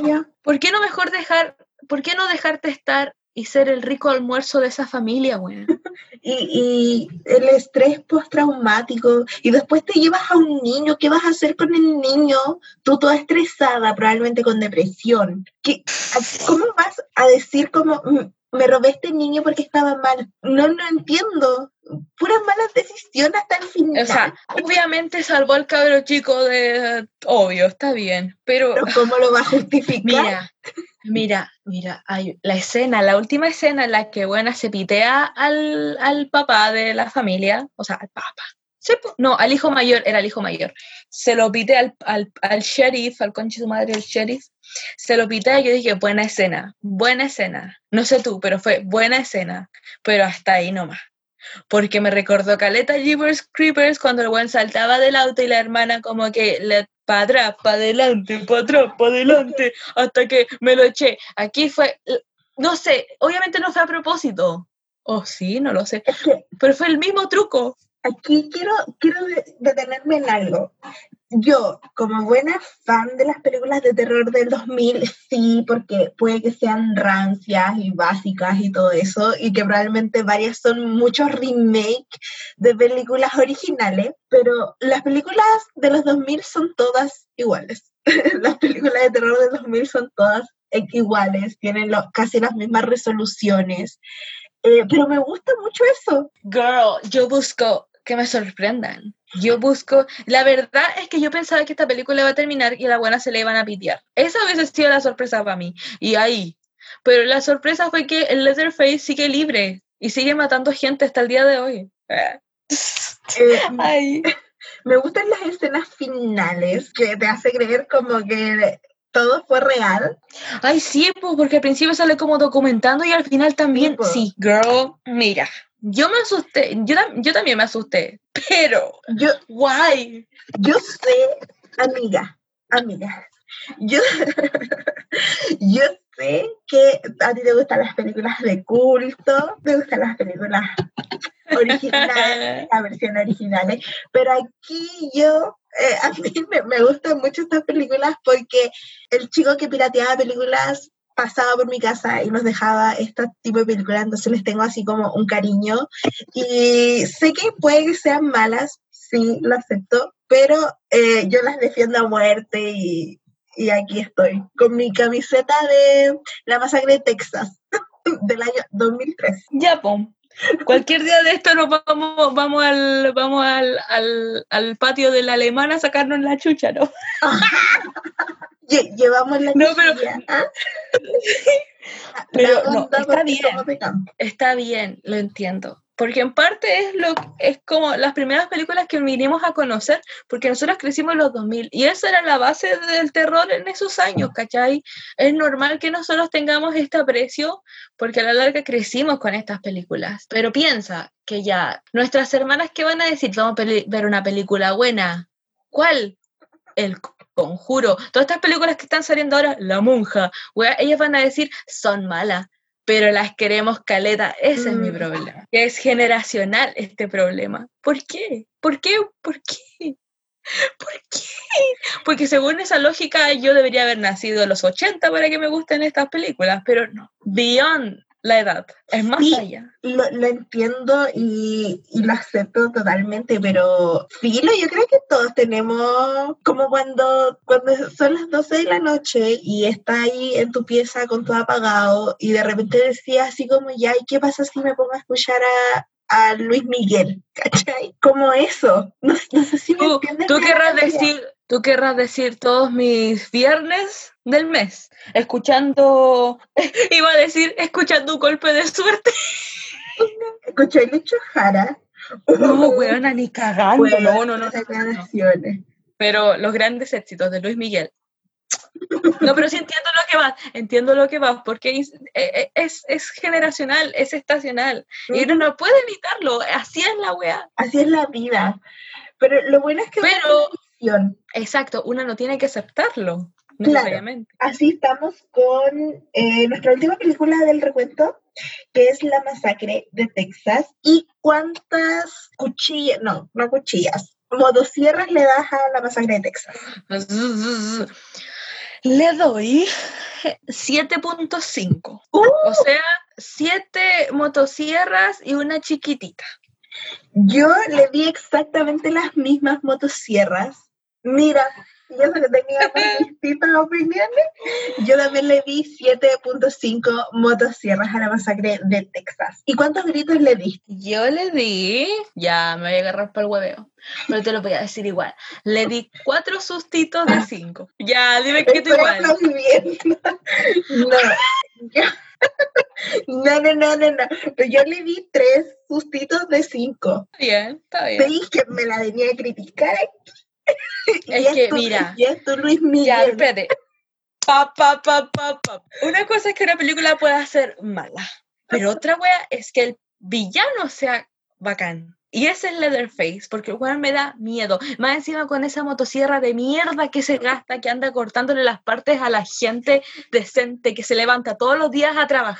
Speaker 2: no dejarte estar y ser el rico almuerzo de esa familia, weón?
Speaker 1: Y el estrés postraumático. Y después te llevas a un niño. ¿Qué vas a hacer con el niño? Tú toda estresada, probablemente con depresión. ¿Cómo vas a decir como... me robé este niño porque estaba mal? No entiendo. Puras malas decisiones hasta el final.
Speaker 2: O sea, obviamente salvó al cabro chico obvio, está bien, pero
Speaker 1: ¿cómo lo va a justificar?
Speaker 2: Mira, hay la última escena en la que buena se pitea al papá de la familia, o sea, al papá. Al hijo mayor, era el hijo mayor. Se lo pitea al sheriff, al conche su madre, el sheriff. Se lo pitea y yo dije, buena escena. No sé tú, pero fue buena escena. Pero hasta ahí nomás. Porque me recordó caleta Jeepers Creepers cuando el buen saltaba del auto y la hermana como que para atrás, para adelante, hasta que me lo eché. Aquí fue, no sé, obviamente no fue a propósito. O sí, no lo sé. Pero fue el mismo truco.
Speaker 1: Aquí quiero detenerme en algo. Yo, como buena fan de las películas de terror del 2000, sí, porque puede que sean rancias y básicas y todo eso, y que probablemente varias son muchos remakes de películas originales, pero las películas de los 2000 son todas iguales. Las películas de terror del 2000 son todas iguales, tienen casi las mismas resoluciones, pero me gusta mucho eso.
Speaker 2: Girl, yo busco que me sorprendan. La verdad es que yo pensaba que esta película iba a terminar y a la buena se le iban a pitear. Esa hubiese sido la sorpresa para mí. Y ahí. Pero la sorpresa fue que el Leatherface sigue libre y sigue matando gente hasta el día de hoy.
Speaker 1: Ay. Me gustan las escenas finales que te hace creer como que todo fue real.
Speaker 2: Ay, sí, pues, porque al principio sale como documentando y al final también. Sí, girl, mira. Yo me asusté, yo también me asusté, pero guay.
Speaker 1: Yo sé, amiga, yo sé que a ti te gustan las películas de culto, te gustan las películas originales, la versión originales, pero aquí a mí me gustan mucho estas películas porque el chico que pirateaba películas pasaba por mi casa y nos dejaba este tipo de películas, entonces les tengo así como un cariño y sé que puede que sean malas, sí, lo acepto, pero yo las defiendo a muerte y aquí estoy, con mi camiseta de La Masacre de Texas del año 2003.
Speaker 2: Ya, pum. Cualquier día de esto nos vamos al patio de la alemana a sacarnos la chucha, ¿no?
Speaker 1: Llevamos la
Speaker 2: chuchilla. Pero no, está bien, lo entiendo. Porque en parte es como las primeras películas que vinimos a conocer, porque nosotros crecimos en los 2000 y esa era la base del terror en esos años, ¿cachai? Es normal que nosotros tengamos este aprecio porque a la larga crecimos con estas películas. Pero piensa que ya, nuestras hermanas, ¿qué van a decir? Vamos a ver una película buena. ¿Cuál? El Conjuro. Todas estas películas que están saliendo ahora, La Monja, ellas van a decir, son malas, pero las queremos caleta. Ese es mi problema. Que es generacional este problema. ¿Por qué? ¿Por qué? ¿Por qué? ¿Por qué? Porque según esa lógica yo debería haber nacido en los 80 para que me gusten estas películas, pero no. Beyond la edad, es más allá.
Speaker 1: Lo entiendo y lo acepto totalmente, pero filo, yo creo que todos tenemos, como cuando son las 12 de la noche y estás ahí en tu pieza con todo apagado y de repente decías así como, ya, ¿y qué pasa si me pongo a escuchar a Luis Miguel? ¿Cachai? Como eso. No sé si me entiendes.
Speaker 2: Tú querrás decir todos mis viernes del mes, escuchando un golpe de suerte.
Speaker 1: Escuché el Lucho Jara.
Speaker 2: No, weona, ni cagando. No.
Speaker 1: Declaraciones.
Speaker 2: Pero los grandes éxitos de Luis Miguel. No, pero sí entiendo lo que vas, porque es generacional, es estacional, y uno no puede evitarlo, así es la weá.
Speaker 1: Así es la vida. Pero lo bueno es que
Speaker 2: exacto, uno no tiene que aceptarlo,
Speaker 1: necesariamente. Claro, así estamos con nuestra última película del recuento, que es La Masacre de Texas. ¿Y cuántas cuchillas, no cuchillas, motosierras le das a La Masacre de Texas?
Speaker 2: Le doy 7.5. O sea, 7 motosierras y una chiquitita.
Speaker 1: Yo le di exactamente las mismas motosierras. Mira, yo sé que tenía más distintas opiniones. Yo también le di 7.5 motosierras a La Masacre de Texas. ¿Y cuántos gritos le diste?
Speaker 2: Yo le di, ya me voy a agarrar para el hueveo, pero te lo voy a decir igual. Le di 4 sustitos de 5. Ya, dime que tú igual.
Speaker 1: No. Yo le di 3 sustitos de 5.
Speaker 2: Está bien.
Speaker 1: Te dije que me la venía a criticar.
Speaker 2: Es que, mira.
Speaker 1: Y esto, Luis Miguel.
Speaker 2: Ya, espérate. Una cosa es que una película pueda ser mala, pero otra wea es que el villano sea bacán. Y ese es Leatherface, porque el weón me da miedo. Más encima con esa motosierra de mierda que se gasta, que anda cortándole las partes a la gente decente, que se levanta todos los días a trabajar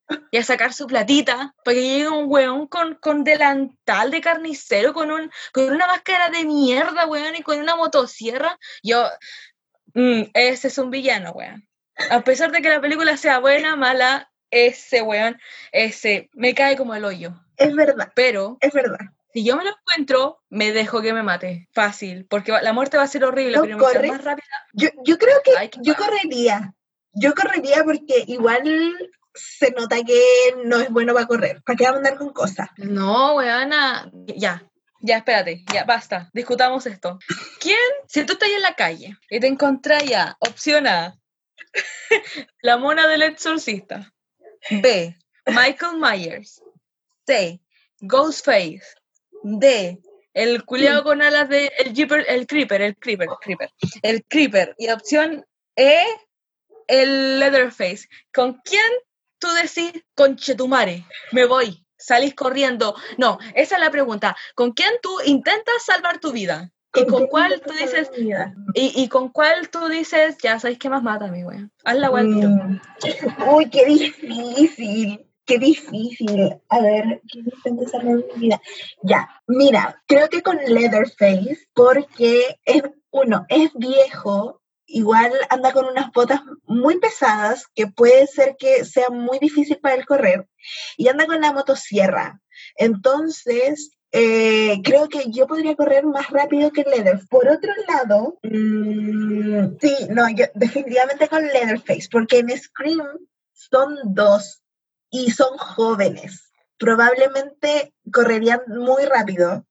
Speaker 2: y a sacar su platita, para que llegue un weón con delantal de carnicero, con una máscara de mierda, weón, y con una motosierra. Yo, ese es un villano, weón. A pesar de que la película sea buena, mala, ese weón, me cae como el hoyo.
Speaker 1: Es verdad,
Speaker 2: Pero
Speaker 1: es verdad.
Speaker 2: si yo me lo encuentro, me dejo que me mate. Fácil, porque la muerte va a ser horrible,
Speaker 1: No
Speaker 2: pero mientras
Speaker 1: corre.
Speaker 2: más rápida...
Speaker 1: Yo creo que
Speaker 2: Ay,
Speaker 1: yo correría. Yo correría porque igual se nota que no es bueno para correr. ¿Para qué vamos a andar con cosas?
Speaker 2: No, weona. Ya, espérate, ya, basta. Discutamos esto. ¿Quién, si tú estás en la calle y te encontrás ya, opción A, la mona del exorcista, B, Michael Myers, C, Ghostface, D, el culiao con alas de el creeper, y opción E, el Leatherface. ¿Con quién tú decís, conchetumare, me voy, salís corriendo? No, esa es la pregunta. ¿Con quién tú intentas salvar tu vida? ¿Y con cuál tú dices, y con cuál tú dices, ya sabes qué más mata a mi wea? Haz la wea al tiro.
Speaker 1: Uy, qué difícil. Qué difícil. A ver, ¿quién intenta salvar mi vida? Ya, mira, creo que con Leatherface, porque es viejo, igual anda con unas botas muy pesadas, que puede ser que sea muy difícil para él correr, y anda con la motosierra. Entonces, creo que yo podría correr más rápido que Leatherface. Por otro lado, sí, no, yo definitivamente con Leatherface, porque en Scream son dos y son jóvenes. Probablemente correrían muy rápido.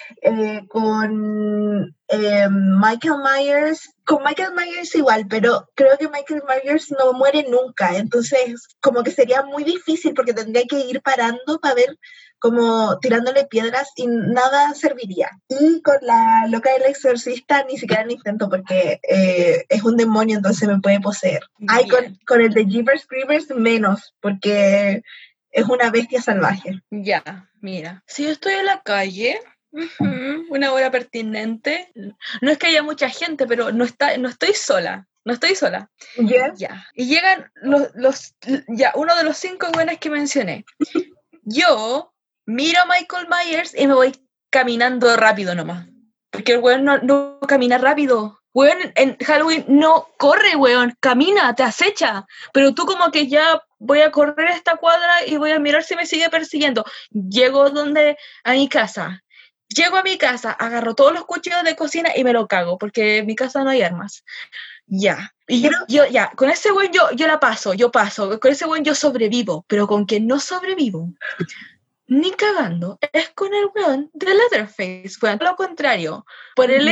Speaker 1: Con Michael Myers igual, pero creo que Michael Myers no muere nunca, entonces como que sería muy difícil porque tendría que ir parando para ver como tirándole piedras y nada serviría. Y con la loca del exorcista ni siquiera lo intento porque es un demonio, entonces me puede poseer. Ay, con el de Jeepers Creepers menos, porque es una bestia salvaje.
Speaker 2: Ya, mira, si yo estoy en la calle, una hora pertinente, no es que haya mucha gente, pero no estoy sola. No estoy sola.
Speaker 1: ¿Ya?
Speaker 2: Ya. Y llegan uno de los 5 buenos que mencioné. Yo miro a Michael Myers y me voy caminando rápido nomás. Porque el weón no camina rápido. Weón, en Halloween no corre, weón. Camina, te acecha. Pero tú como que ya voy a correr esta cuadra y voy a mirar si me sigue persiguiendo. Llego a mi casa. Llego a mi casa, agarro todos los cuchillos de cocina y me lo cago, porque en mi casa no hay armas. Ya. Y yo ya, con ese weón yo la paso, yo paso. Con ese weón yo sobrevivo. Pero con quien no sobrevivo, ni cagando, es con el weón de Leatherface, weón. Lo contrario. Por el...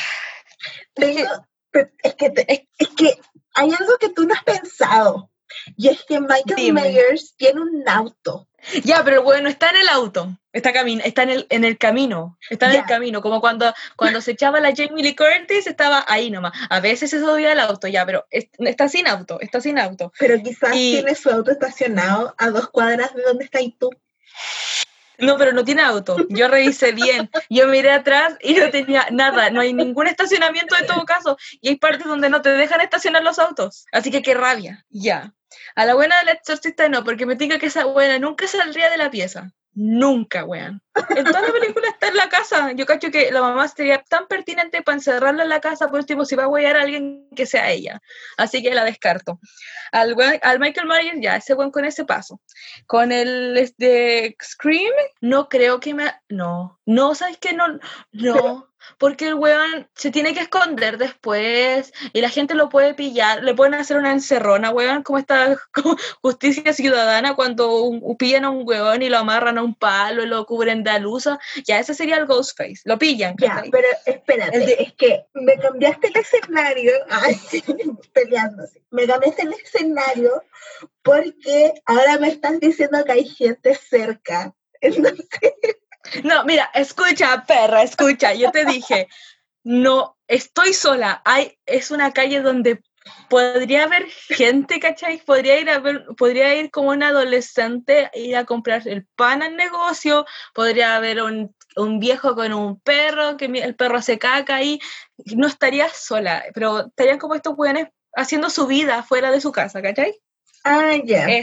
Speaker 1: Es que hay algo que tú no has pensado. Y es que Michael Myers tiene un auto.
Speaker 2: Ya, pero el weón no está en el auto. Está en el camino. Está en el camino. Como cuando se echaba la Jamie Lee Curtis, estaba ahí nomás. A veces se subía al auto, ya, pero está sin auto.
Speaker 1: Pero quizás tiene su auto estacionado a 2 cuadras de donde estás tú.
Speaker 2: No, pero no tiene auto. Yo revisé bien. Yo miré atrás y no tenía nada. No hay ningún estacionamiento en todo caso. Y hay partes donde no te dejan estacionar los autos. Así que qué rabia. Ya. A la buena del exorcista no, porque me diga que esa buena nunca saldría de la pieza. Nunca, weón. En toda la película está en la casa. Yo cacho que la mamá sería tan pertinente para encerrarla en la casa, por último, si va a huear a alguien que sea ella. Así que la descarto. Al Michael Myers, ya, ese buen con ese paso. Con el de Scream, no creo que me... No, ¿sabes qué? No. Porque el weón se tiene que esconder después y la gente lo puede pillar, le pueden hacer una encerrona, weón, como esta justicia ciudadana cuando pillan a un weón y lo amarran a un palo y lo cubren de alusa. Ya, ese sería el Ghostface, lo pillan.
Speaker 1: Ya, pero espérate, es que me cambiaste el escenario, peleándose, me cambiaste el escenario porque ahora me están diciendo que hay gente cerca, entonces...
Speaker 2: No, mira, escucha, perra, escucha, yo te dije, no, estoy sola, es una calle donde podría haber gente, ¿cachai? Podría ir como un adolescente, ir a comprar el pan al negocio, podría haber un viejo con un perro, que el perro se caca ahí, no estaría sola, pero estarían como estos jóvenes haciendo su vida fuera de su casa, ¿cachai?
Speaker 1: Ah, ya.
Speaker 2: Eso.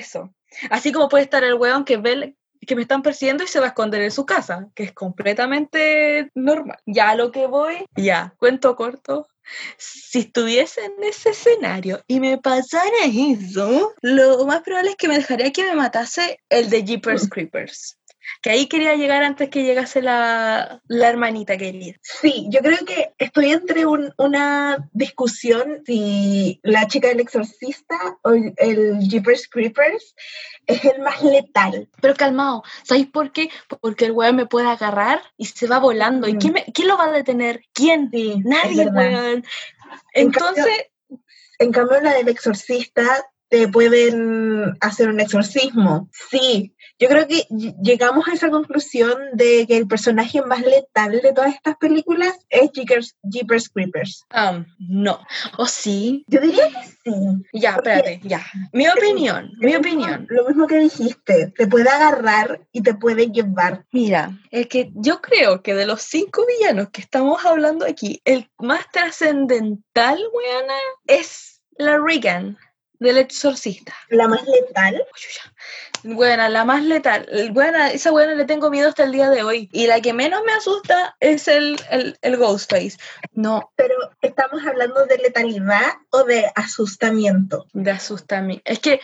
Speaker 2: Así como puede estar el weón que ve que me están persiguiendo y se va a esconder en su casa, que es completamente normal. Ya a lo que voy, ya, cuento corto. Si estuviese en ese escenario y me pasara eso, lo más probable es que me dejaría que me matase el de Jeepers Creepers. Que ahí quería llegar antes que llegase la hermanita querida.
Speaker 1: Sí, yo creo que estoy entre una discusión si la chica del exorcista o el Jeepers Creepers es el más letal.
Speaker 2: Pero calmado, ¿sabéis por qué? Porque el weón me puede agarrar y se va volando. ¿Y quién lo va a detener? ¿Quién?
Speaker 1: Sí,
Speaker 2: Nadie, weón.
Speaker 1: Entonces... En cambio, la del exorcista te pueden hacer un exorcismo. Sí, yo creo que llegamos a esa conclusión de que el personaje más letal de todas estas películas es Jeepers Creepers.
Speaker 2: No. ¿O sí?
Speaker 1: Yo diría que sí.
Speaker 2: Ya, espérate, ya. Mi opinión.
Speaker 1: Lo mismo que dijiste, te puede agarrar y te puede llevar.
Speaker 2: Mira, es que yo creo que de los 5 villanos que estamos hablando aquí, el más trascendental, weona, es la Regan del exorcista.
Speaker 1: ¿La más letal?
Speaker 2: Buena, la más letal. Buena, esa buena le tengo miedo hasta el día de hoy. Y la que menos me asusta es el Ghostface. No.
Speaker 1: Pero ¿estamos hablando de letalidad o de asustamiento?
Speaker 2: De asustamiento. Es que,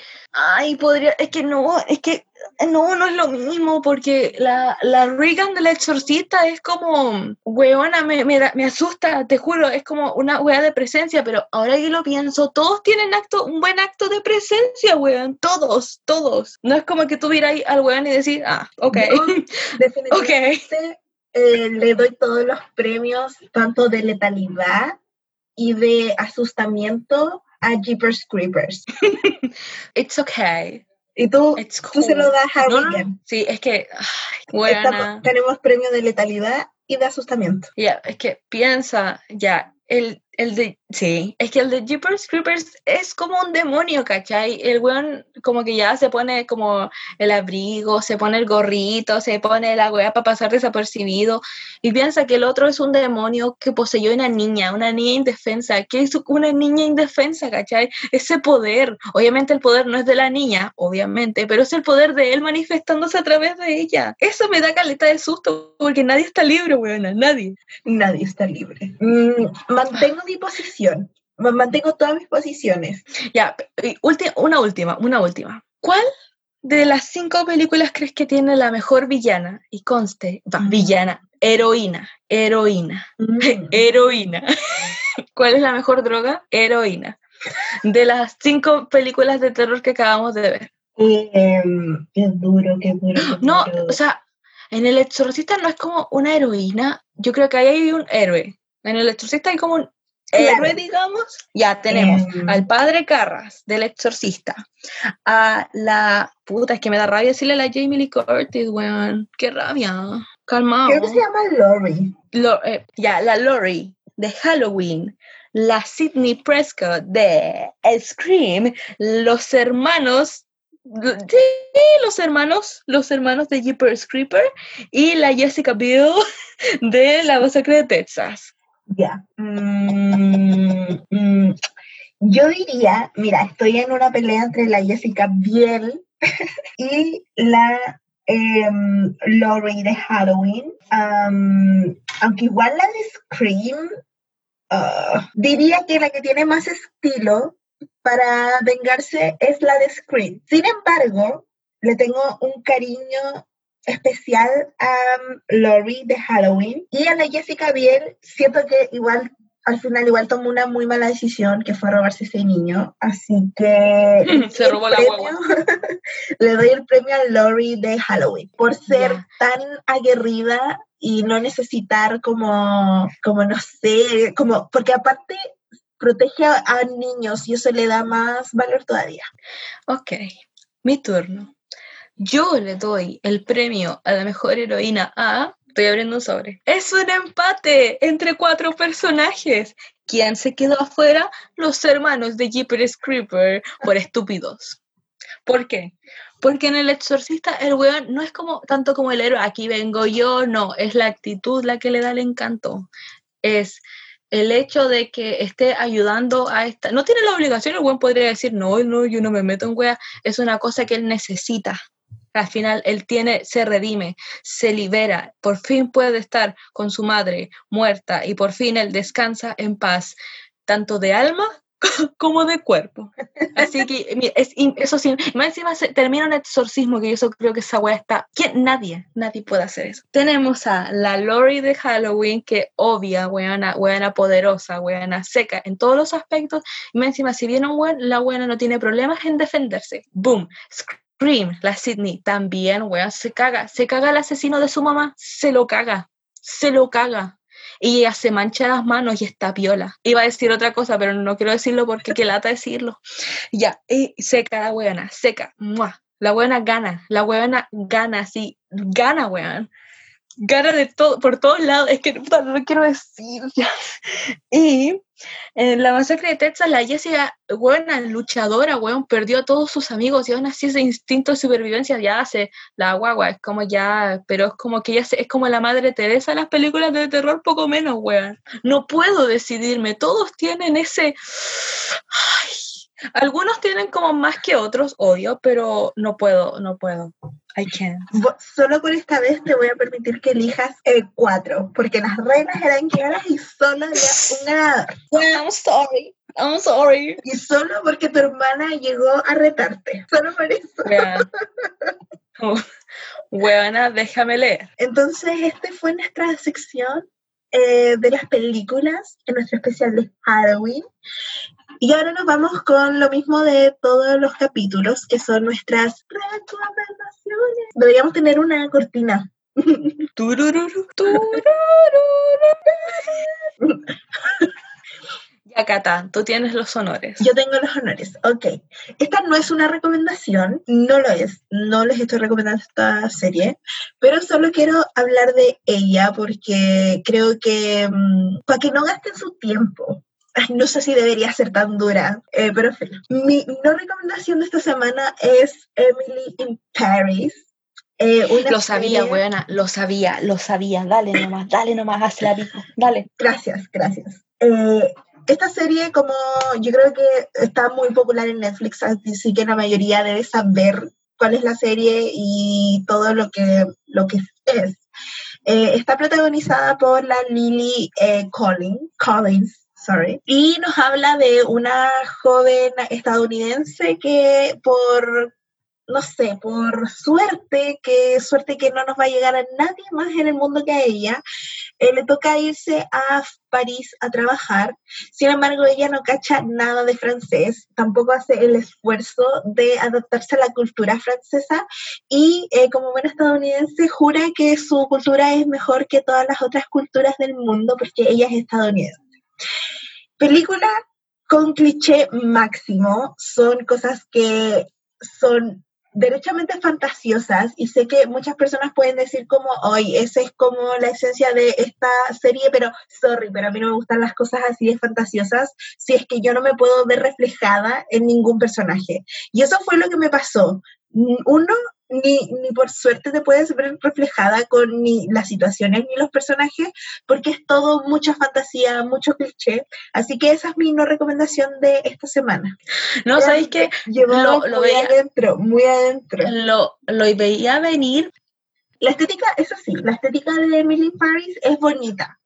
Speaker 2: no es lo mismo, porque la Regan del exorcista es como, weona, me asusta, te juro, es como una wea de presencia, pero ahora que lo pienso, todos tienen un buen acto de presencia, weón, todos. No es como que tú miras al weón y decís, ok.
Speaker 1: Yo, definitivamente, le doy todos los premios, tanto de letalidad y de asustamiento, a Jeepers Creepers.
Speaker 2: It's okay.
Speaker 1: Y tú se lo das a
Speaker 2: No. Sí, es que,
Speaker 1: tenemos premio de letalidad y de asustamiento.
Speaker 2: Ya, es que piensa, ya, es que el de Jeepers Creepers es como un demonio, ¿cachai? El weón como que ya se pone como el abrigo, se pone el gorrito, se pone la weá para pasar desapercibido, y piensa que el otro es un demonio que poseyó una niña indefensa. ¿Qué es una niña indefensa, cachai? Ese poder, obviamente el poder no es de la niña, obviamente, pero es el poder de él manifestándose a través de ella. Eso me da caleta de susto, porque nadie está libre, weona, nadie.
Speaker 1: Nadie está libre. Mantengo mi posición. Mantengo todas mis posiciones.
Speaker 2: Ya, una última. ¿Cuál de las 5 películas crees que tiene la mejor villana? Y conste, villana, heroína. Heroína. ¿Cuál es la mejor droga? Heroína. De las 5 películas de terror que acabamos de ver.
Speaker 1: Qué duro.
Speaker 2: No, o sea, en El Exorcista no es como una heroína. Yo creo que ahí hay un héroe. En El Exorcista hay como un héroe, digamos. Ya tenemos al padre Carras del Exorcista, a la puta, es que me da rabia decirle a la Jamie Lee Curtis, weón, qué rabia, calmado.
Speaker 1: Creo que se llama Laurie.
Speaker 2: La Laurie de Halloween, la Sidney Prescott de Scream, los hermanos de Jeepers Creeper y la Jessica Biel de La Masacre de Texas.
Speaker 1: Ya. Yo diría, mira, estoy en una pelea entre la Jessica Biel y la Laurie de Halloween. Aunque igual la de Scream, diría que la que tiene más estilo para vengarse es la de Scream. Sin embargo, le tengo un cariño especial a Laurie de Halloween, y a la Jessica Biel siento que igual al final tomó una muy mala decisión, que fue robarse ese niño, así que
Speaker 2: se robó la guagua.
Speaker 1: Le doy el premio a Laurie de Halloween por ser tan aguerrida y no necesitar como no sé, como porque aparte protege a niños y eso le da más valor todavía.
Speaker 2: Ok, mi turno. Yo le doy el premio a la mejor heroína a... Estoy abriendo un sobre. Es un empate entre 4 personajes. ¿Quién se quedó afuera? Los hermanos de Jeepers Creeper, por estúpidos. ¿Por qué? Porque en El Exorcista el weón no es tanto como el héroe, aquí vengo yo, no, es la actitud la que le da el encanto. Es el hecho de que esté ayudando a esta, no tiene la obligación, el weón podría decir, no, yo no me meto en wea, es una cosa que él necesita. Al final él se redime, se libera, por fin puede estar con su madre muerta y por fin él descansa en paz, tanto de alma como de cuerpo. Así que eso sí, más encima termina un exorcismo, que yo eso creo que esa wea está... Nadie puede hacer eso. Tenemos a la Laurie de Halloween, que obvia, weana poderosa, weana seca en todos los aspectos, y más encima si viene un weón, la weana no tiene problemas en defenderse. Boom. Scream, la Sydney, también, weón, se caga el asesino de su mamá, se lo caga. Y ella se mancha las manos y está piola. Iba a decir otra cosa, pero no quiero decirlo porque qué lata decirlo. Ya, y seca la weona, seca. ¡Mua! La weona gana, sí, gana, weón. Gana de todo, por todos lados. Es que no lo quiero decir ya. Y en la masacre de Texas, la Jessica, buena luchadora, weón, perdió a todos sus amigos y aún así ese instinto de supervivencia ya hace la guagua, es como ya, pero es como que ella es como la Madre Teresa de las películas de terror, poco menos, weón. No puedo decidirme, todos tienen ese... Ay, algunos tienen como más que otros, obvio, pero no puedo. I can't.
Speaker 1: Solo por esta vez te voy a permitir que elijas 4, porque las reglas eran claras y solo había un ganador.
Speaker 2: I'm sorry.
Speaker 1: Y solo porque tu hermana llegó a retarte. Solo por eso.
Speaker 2: Weona, déjame leer.
Speaker 1: Entonces, fue nuestra sección de las películas en nuestro especial de Halloween. Y ahora nos vamos con lo mismo de todos los capítulos, que son nuestras recomendaciones. Deberíamos tener una cortina.
Speaker 2: Ya, Cata, tú tienes los honores.
Speaker 1: Yo tengo los honores, ok. Esta no es una recomendación, no lo es. No les estoy recomendando esta serie, pero solo quiero hablar de ella porque creo que para que no gasten su tiempo. No sé si debería ser tan dura, pero en fin. Mi no recomendación de esta semana es Emily in Paris.
Speaker 2: Lo sabía, weona, lo sabía. Dale nomás, hazla pico, dale.
Speaker 1: Gracias. Esta serie, como yo creo que está muy popular en Netflix, así que la mayoría debe saber cuál es la serie y todo lo que es. Está protagonizada por la Lily Collins. Y nos habla de una joven estadounidense que por suerte que no nos va a llegar a nadie más en el mundo que a ella, le toca irse a París a trabajar. Sin embargo, ella no cacha nada de francés, tampoco hace el esfuerzo de adaptarse a la cultura francesa y como buena estadounidense jura que su cultura es mejor que todas las otras culturas del mundo porque ella es estadounidense. Película con cliché máximo, son cosas que son derechamente fantasiosas y sé que muchas personas pueden decir como, hoy esa es como la esencia de esta serie, pero a mí no me gustan las cosas así de fantasiosas si es que yo no me puedo ver reflejada en ningún personaje. Y eso fue lo que me pasó. Uno, ni por suerte te puedes ver reflejada con ni las situaciones ni los personajes, porque es todo mucha fantasía, mucho cliché. Así que esa es mi no recomendación de esta semana.
Speaker 2: No, ¿sabéis qué?
Speaker 1: Lo veía muy adentro.
Speaker 2: Lo veía venir.
Speaker 1: La estética, eso sí, la estética de Emily Paris es bonita,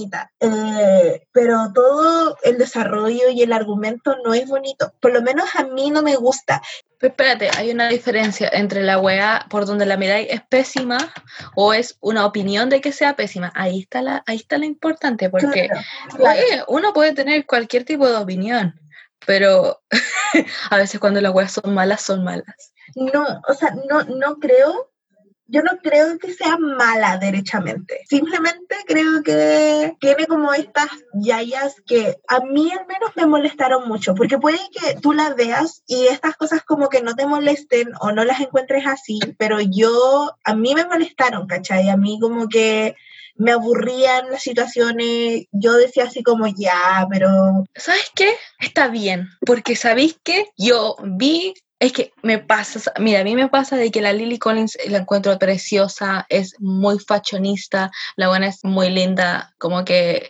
Speaker 1: pero todo el desarrollo y el argumento no es bonito. Por lo menos a mí no me gusta.
Speaker 2: Pero espérate, hay una diferencia entre la weá por donde la miráis es pésima o es una opinión de que sea pésima. Ahí está la importante, porque claro. Uno puede tener cualquier tipo de opinión, pero a veces cuando las weas son malas, son malas.
Speaker 1: No, o sea, no creo. Yo no creo que sea mala derechamente. Simplemente creo que tiene como estas yayas que a mí al menos me molestaron mucho. Porque puede que tú las veas y estas cosas como que no te molesten o no las encuentres así, pero a mí me molestaron, ¿cachai? A mí como que me aburrían las situaciones. Yo decía así como ya, pero...
Speaker 2: ¿Sabes qué? Está bien, porque ¿sabéis qué? Yo vi... Es que a mí me pasa de que la Lily Collins la encuentro preciosa, es muy fashionista, la buena es muy linda, como que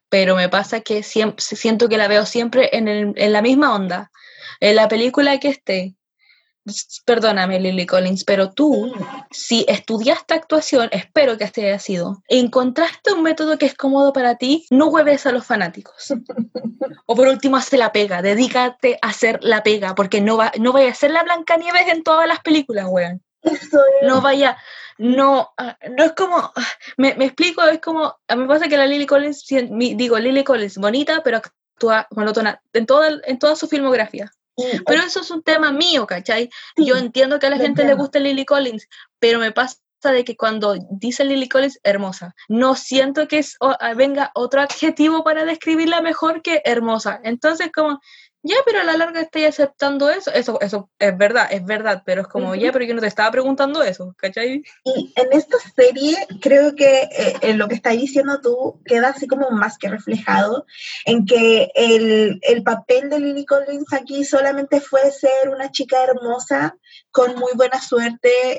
Speaker 2: pero me pasa que siempre, siento que la veo siempre en la misma onda. En la película que esté, perdóname Lily Collins, pero tú, si estudiaste actuación, espero que así haya sido, encontraste un método que es cómodo para ti, no hueves a los fanáticos. O por último, hazte la pega, dedícate a hacer la pega, porque no vaya a ser la Blancanieves en todas las películas, weón.
Speaker 1: Eso es.
Speaker 2: No vaya, no es como, me explico, es como, a mí me pasa que la Lily Collins, Lily Collins, bonita, pero actúa monótona en toda su filmografía. Pero eso es un tema mío, ¿cachai?
Speaker 1: Sí,
Speaker 2: yo entiendo que a la gente le gusta Lily Collins, pero me pasa de que cuando dice Lily Collins, hermosa, no siento que venga otro adjetivo para describirla mejor que hermosa. Entonces, como, ya, pero a la larga estoy aceptando eso es verdad, pero es como, ya, pero yo no te estaba preguntando eso, ¿cachai?
Speaker 1: Y en esta serie creo que en lo que estás diciendo tú queda así como más que reflejado en que el papel de Lily Collins aquí solamente fue ser una chica hermosa con muy buena suerte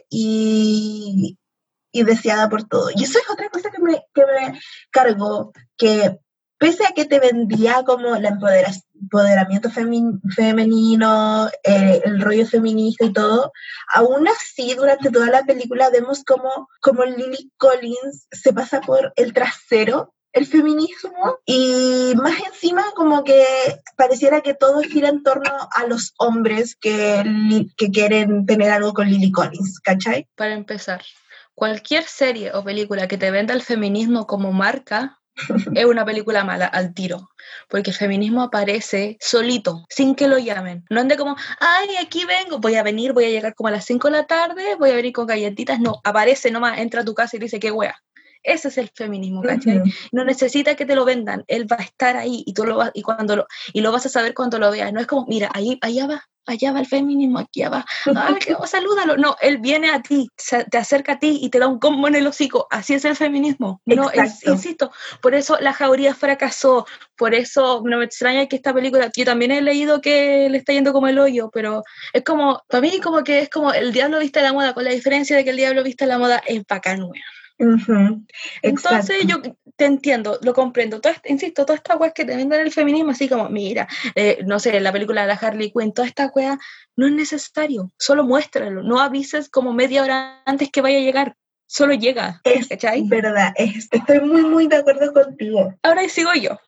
Speaker 1: y deseada por todo. Y eso es otra cosa que me cargó, que pese a que te vendía como el empoderamiento femenino, el rollo feminista y todo, aún así durante toda la película vemos como Lily Collins se pasa por el trasero el feminismo y más encima como que pareciera que todo gira en torno a los hombres que quieren tener algo con Lily Collins, ¿cachai?
Speaker 2: Para empezar, cualquier serie o película que te venda el feminismo como marca es una película mala al tiro, porque el feminismo aparece solito, sin que lo llamen. No ande como, ay, aquí vengo, voy a llegar como a las 5 de la tarde, voy a venir con galletitas. No, aparece nomás, entra a tu casa y dice, qué wea. Ese es el feminismo, ¿cachai? No necesita que te lo vendan, él va a estar ahí y tú lo vas, y lo vas a saber cuando lo veas. No es como, mira, allá va el feminismo, aquí va, salúdalo. No, él viene a ti, te acerca a ti y te da un combo en el hocico. Así es el feminismo. No, insisto, por eso La Jauría fracasó, por eso no me extraña que esta película, yo también he leído que le está yendo como el hoyo, pero es como, para mí como que es como El Diablo Viste a la Moda, con la diferencia de que El Diablo Viste a la Moda es bacán, weón. Entonces yo te entiendo, lo comprendo. Insisto, todas estas weas que te venden el feminismo, así como, mira, no sé, la película de la Harley Quinn, toda esta wea, no es necesario, solo muéstralo, no avises como media hora antes que vaya a llegar, solo llega.
Speaker 1: Es
Speaker 2: ¿cachai?
Speaker 1: verdad, estoy muy, muy de acuerdo contigo.
Speaker 2: Ahora sigo yo.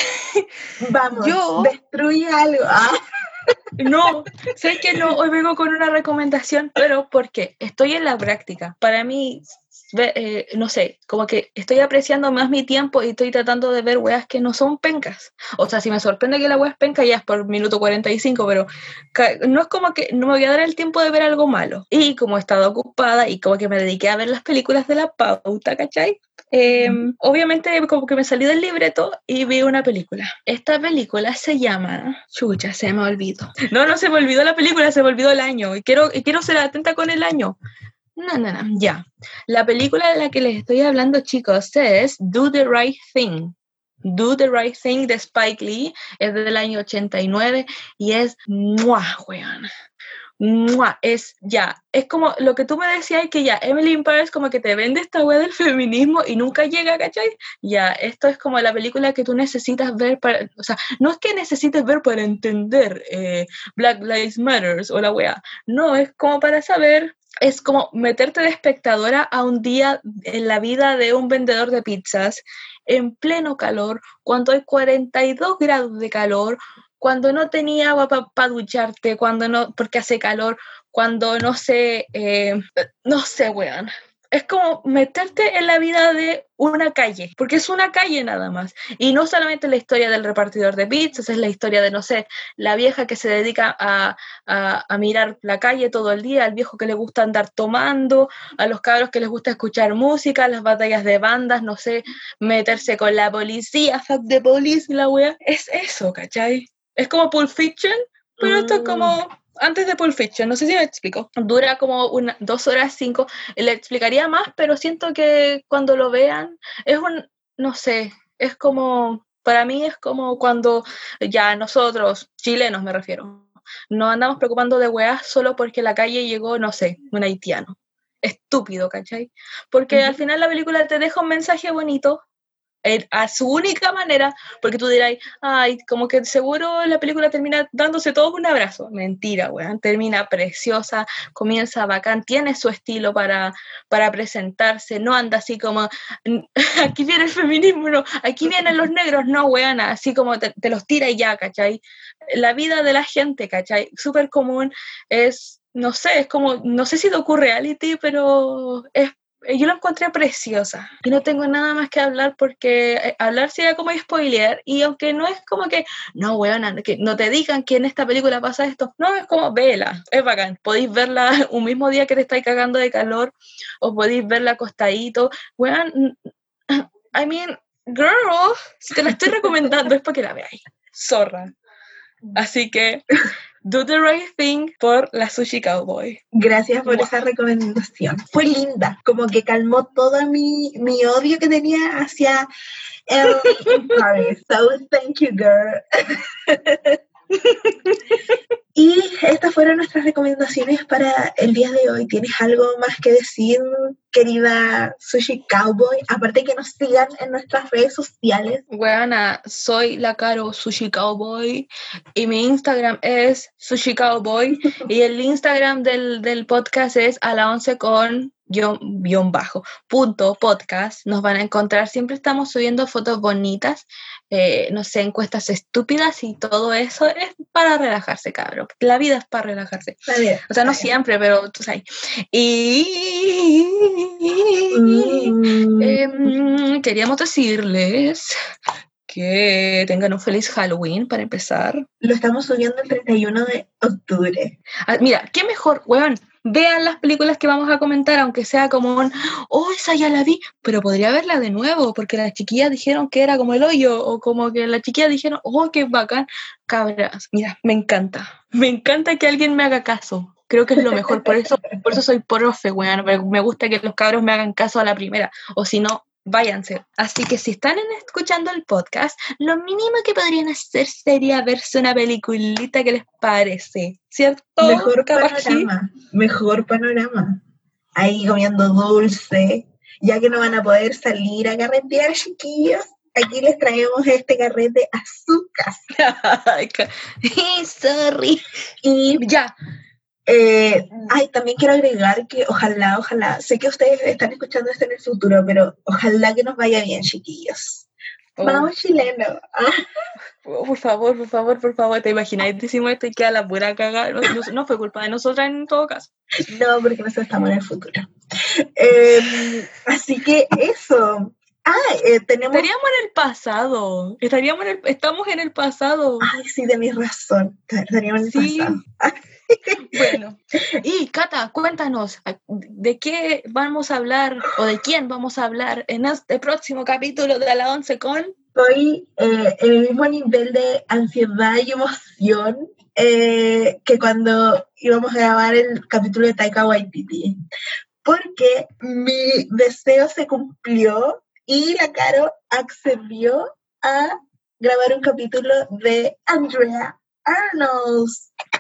Speaker 1: Vamos, destruye algo.
Speaker 2: No, sé que no, hoy vengo con una recomendación, pero porque estoy en la práctica. Para mí, no sé, como que estoy apreciando más mi tiempo y estoy tratando de ver weas que no son pencas. O sea, si me sorprende que la wea es penca, ya es por minuto 45, pero no es como que no me voy a dar el tiempo de ver algo malo. Y como he estado ocupada y como que me dediqué a ver las películas de la pauta, ¿cachai? Obviamente como que me salí del libreto y vi una película. Esta película se llama... Chucha, se me olvidó. No se me olvidó la película, se me olvidó el año. Y quiero ser atenta con el año. No, ya. La película de la que les estoy hablando, chicos, es Do the Right Thing. Do the Right Thing de Spike Lee. Es del año 89 y es... ¡Muah, weón! Es como lo que tú me decías, que ya Emily in Paris como que te vende esta wea del feminismo y nunca llega, ¿cachai? Ya, esto es como la película que tú necesitas ver para, o sea, no es que necesites ver para entender Black Lives Matter o la wea, no, es como para saber, es como meterte de espectadora a un día en la vida de un vendedor de pizzas en pleno calor, cuando hay 42 grados de calor, cuando no tenía agua para ducharte, cuando no, porque hace calor, cuando no sé, weón. Es como meterte en la vida de una calle, porque es una calle nada más. Y no solamente la historia del repartidor de pizzas, es la historia de, no sé, la vieja que se dedica a mirar la calle todo el día, al viejo que le gusta andar tomando, a los cabros que les gusta escuchar música, las batallas de bandas, no sé, meterse con la policía, fuck the police, la wea. Es eso, ¿cachai? Es como Pulp Fiction, pero esto es como antes de Pulp Fiction, no sé si me explico. Dura como 2 horas 5, le explicaría más, pero siento que cuando lo vean no sé, es como, para mí es como cuando ya nosotros, chilenos me refiero, nos andamos preocupando de weas solo porque la calle llegó, no sé, un haitiano. Estúpido, ¿cachai? Porque al final la película te deja un mensaje bonito, a su única manera, porque tú dirás, ay, como que seguro la película termina dándose todos un abrazo. Mentira, weón, termina preciosa, comienza bacán, tiene su estilo para presentarse, no anda así como, aquí viene el feminismo, no, aquí vienen los negros, no, weón, así como te los tira y ya, ¿cachai? La vida de la gente, ¿cachai? Súper común, es, no sé, es como, no sé si docu-reality, pero yo la encontré preciosa y no tengo nada más que hablar porque hablar sería como spoilear, y aunque no es como que no, weona, que no te digan que en esta película pasa esto, no, es como vela, es bacán, podéis verla un mismo día que te estáis cagando de calor o podéis verla acostadito, weón, I mean, girl, si te la estoy recomendando es para que la veáis, zorra. Así que Do the Right Thing por la Sushi Cowboy.
Speaker 1: Gracias por esa recomendación. Fue linda, como que calmó todo mi odio que tenía hacia Emily in Paris. So thank you, girl. Y estas fueron nuestras recomendaciones para el día de hoy. ¿Tienes algo más que decir, querida Sushi Cowboy? Aparte que nos sigan en nuestras redes sociales.
Speaker 2: Buena, soy la Caro Sushi Cowboy y mi Instagram es Sushi Cowboy y el Instagram del podcast es a la 11 con guión bajo punto podcast. Nos van a encontrar, siempre estamos subiendo fotos bonitas, no sé, encuestas estúpidas y todo eso es para relajarse, cabrón. La vida es para relajarse. O sea, no siempre, pero tú sabes. Y queríamos decirles que tengan un feliz Halloween para empezar.
Speaker 1: Lo estamos subiendo el 31 de octubre.
Speaker 2: Mira, qué mejor, weón. Vean las películas que vamos a comentar, aunque sea como esa ya la vi, pero podría verla de nuevo, porque las chiquillas dijeron que era como el hoyo, o como que las chiquillas dijeron, qué bacán. Cabras, mira, me encanta que alguien me haga caso. Creo que es lo mejor, por eso soy profe, weón. Me gusta que los cabros me hagan caso a la primera, o si no, váyanse. Así que si están escuchando el podcast, lo mínimo que podrían hacer sería verse una peliculita que les parece, ¿cierto?
Speaker 1: Mejor panorama. Ahí comiendo dulce, ya que no van a poder salir a carretear, chiquillos. Aquí les traemos este carrete a su casa.
Speaker 2: Sorry.
Speaker 1: Y ya. También quiero agregar que ojalá, sé que ustedes están escuchando esto en el futuro, pero ojalá que nos vaya bien, chiquillos. Vamos, chileno.
Speaker 2: Por favor, ¿te imagináis? Decimos esto y queda la pura cagada. No fue culpa de nosotras en todo caso.
Speaker 1: No, porque nosotros estamos en el futuro. Así que eso.
Speaker 2: Estaríamos en el pasado. Estamos en el pasado.
Speaker 1: Ay, sí, tenés razón. Estaríamos en el pasado.
Speaker 2: Bueno, y Cata, cuéntanos, ¿de qué vamos a hablar o de quién vamos a hablar en este próximo capítulo de A la 11 con?
Speaker 1: Estoy en el mismo nivel de ansiedad y emoción que cuando íbamos a grabar el capítulo de Taika Waititi, porque mi deseo se cumplió y la Caro accedió a grabar un capítulo de Andrea Arnold.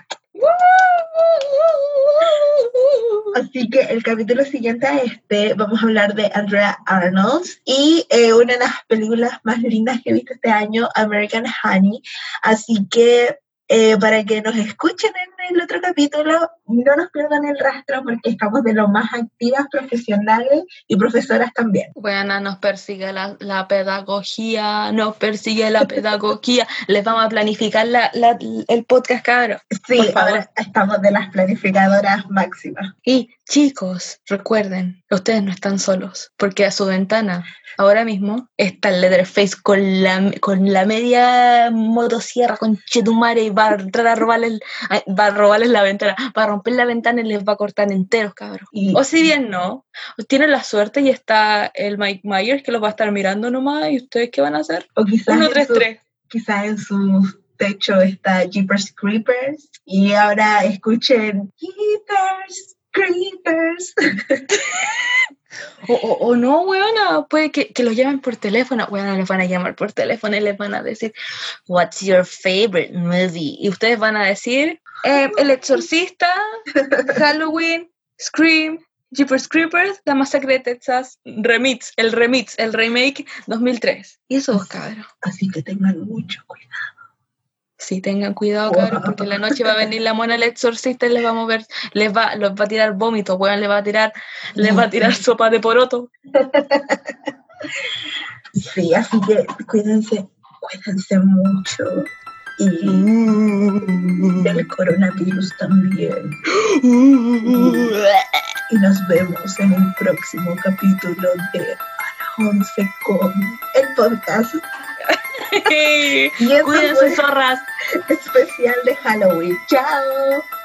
Speaker 1: Así que el capítulo siguiente a vamos a hablar de Andrea Arnold y una de las películas más lindas que he visto este año, American Honey. Así que para que nos escuchen en el otro capítulo, no nos pierdan el rastro porque estamos de lo más activas, profesionales y profesoras también.
Speaker 2: Bueno, nos persigue la pedagogía, les vamos a planificar el podcast, cabrón.
Speaker 1: Sí, ahora estamos de las planificadoras máximas.
Speaker 2: Y chicos, recuerden, ustedes no están solos, porque a su ventana ahora mismo está el Leatherface con la media motosierra con Chetumare y va a tratar de robarles la ventana, va a romper la ventana y les va a cortar enteros, cabrón. O si bien no, tienen la suerte y está el Mike Myers que los va a estar mirando nomás, y ustedes ¿qué van a hacer?
Speaker 1: O quizás 1, 3, 3. Quizás en su techo está Jeepers Creepers y ahora escuchen Jeepers Creepers.
Speaker 2: o no, weona, puede que los llamen por teléfono. Weona, los van a llamar por teléfono y les van a decir, what's your favorite movie? Y ustedes van a decir, El Exorcista, Halloween, Scream Jeepers Creepers, La Masacre de Texas, el remake 2003. Y eso, cabros.
Speaker 1: Así que tengan mucho cuidado.
Speaker 2: Sí, tengan cuidado, cabros, porque en la noche va a venir la mona el exorcista y les va a mover, los va a tirar vómitos, weón, les va a tirar sopa de poroto.
Speaker 1: Sí, así que cuídense mucho. Y del coronavirus también. Y nos vemos en el próximo capítulo de A la 11 con el podcast.
Speaker 2: Cuídense, zorras.
Speaker 1: Especial de Halloween. Chao.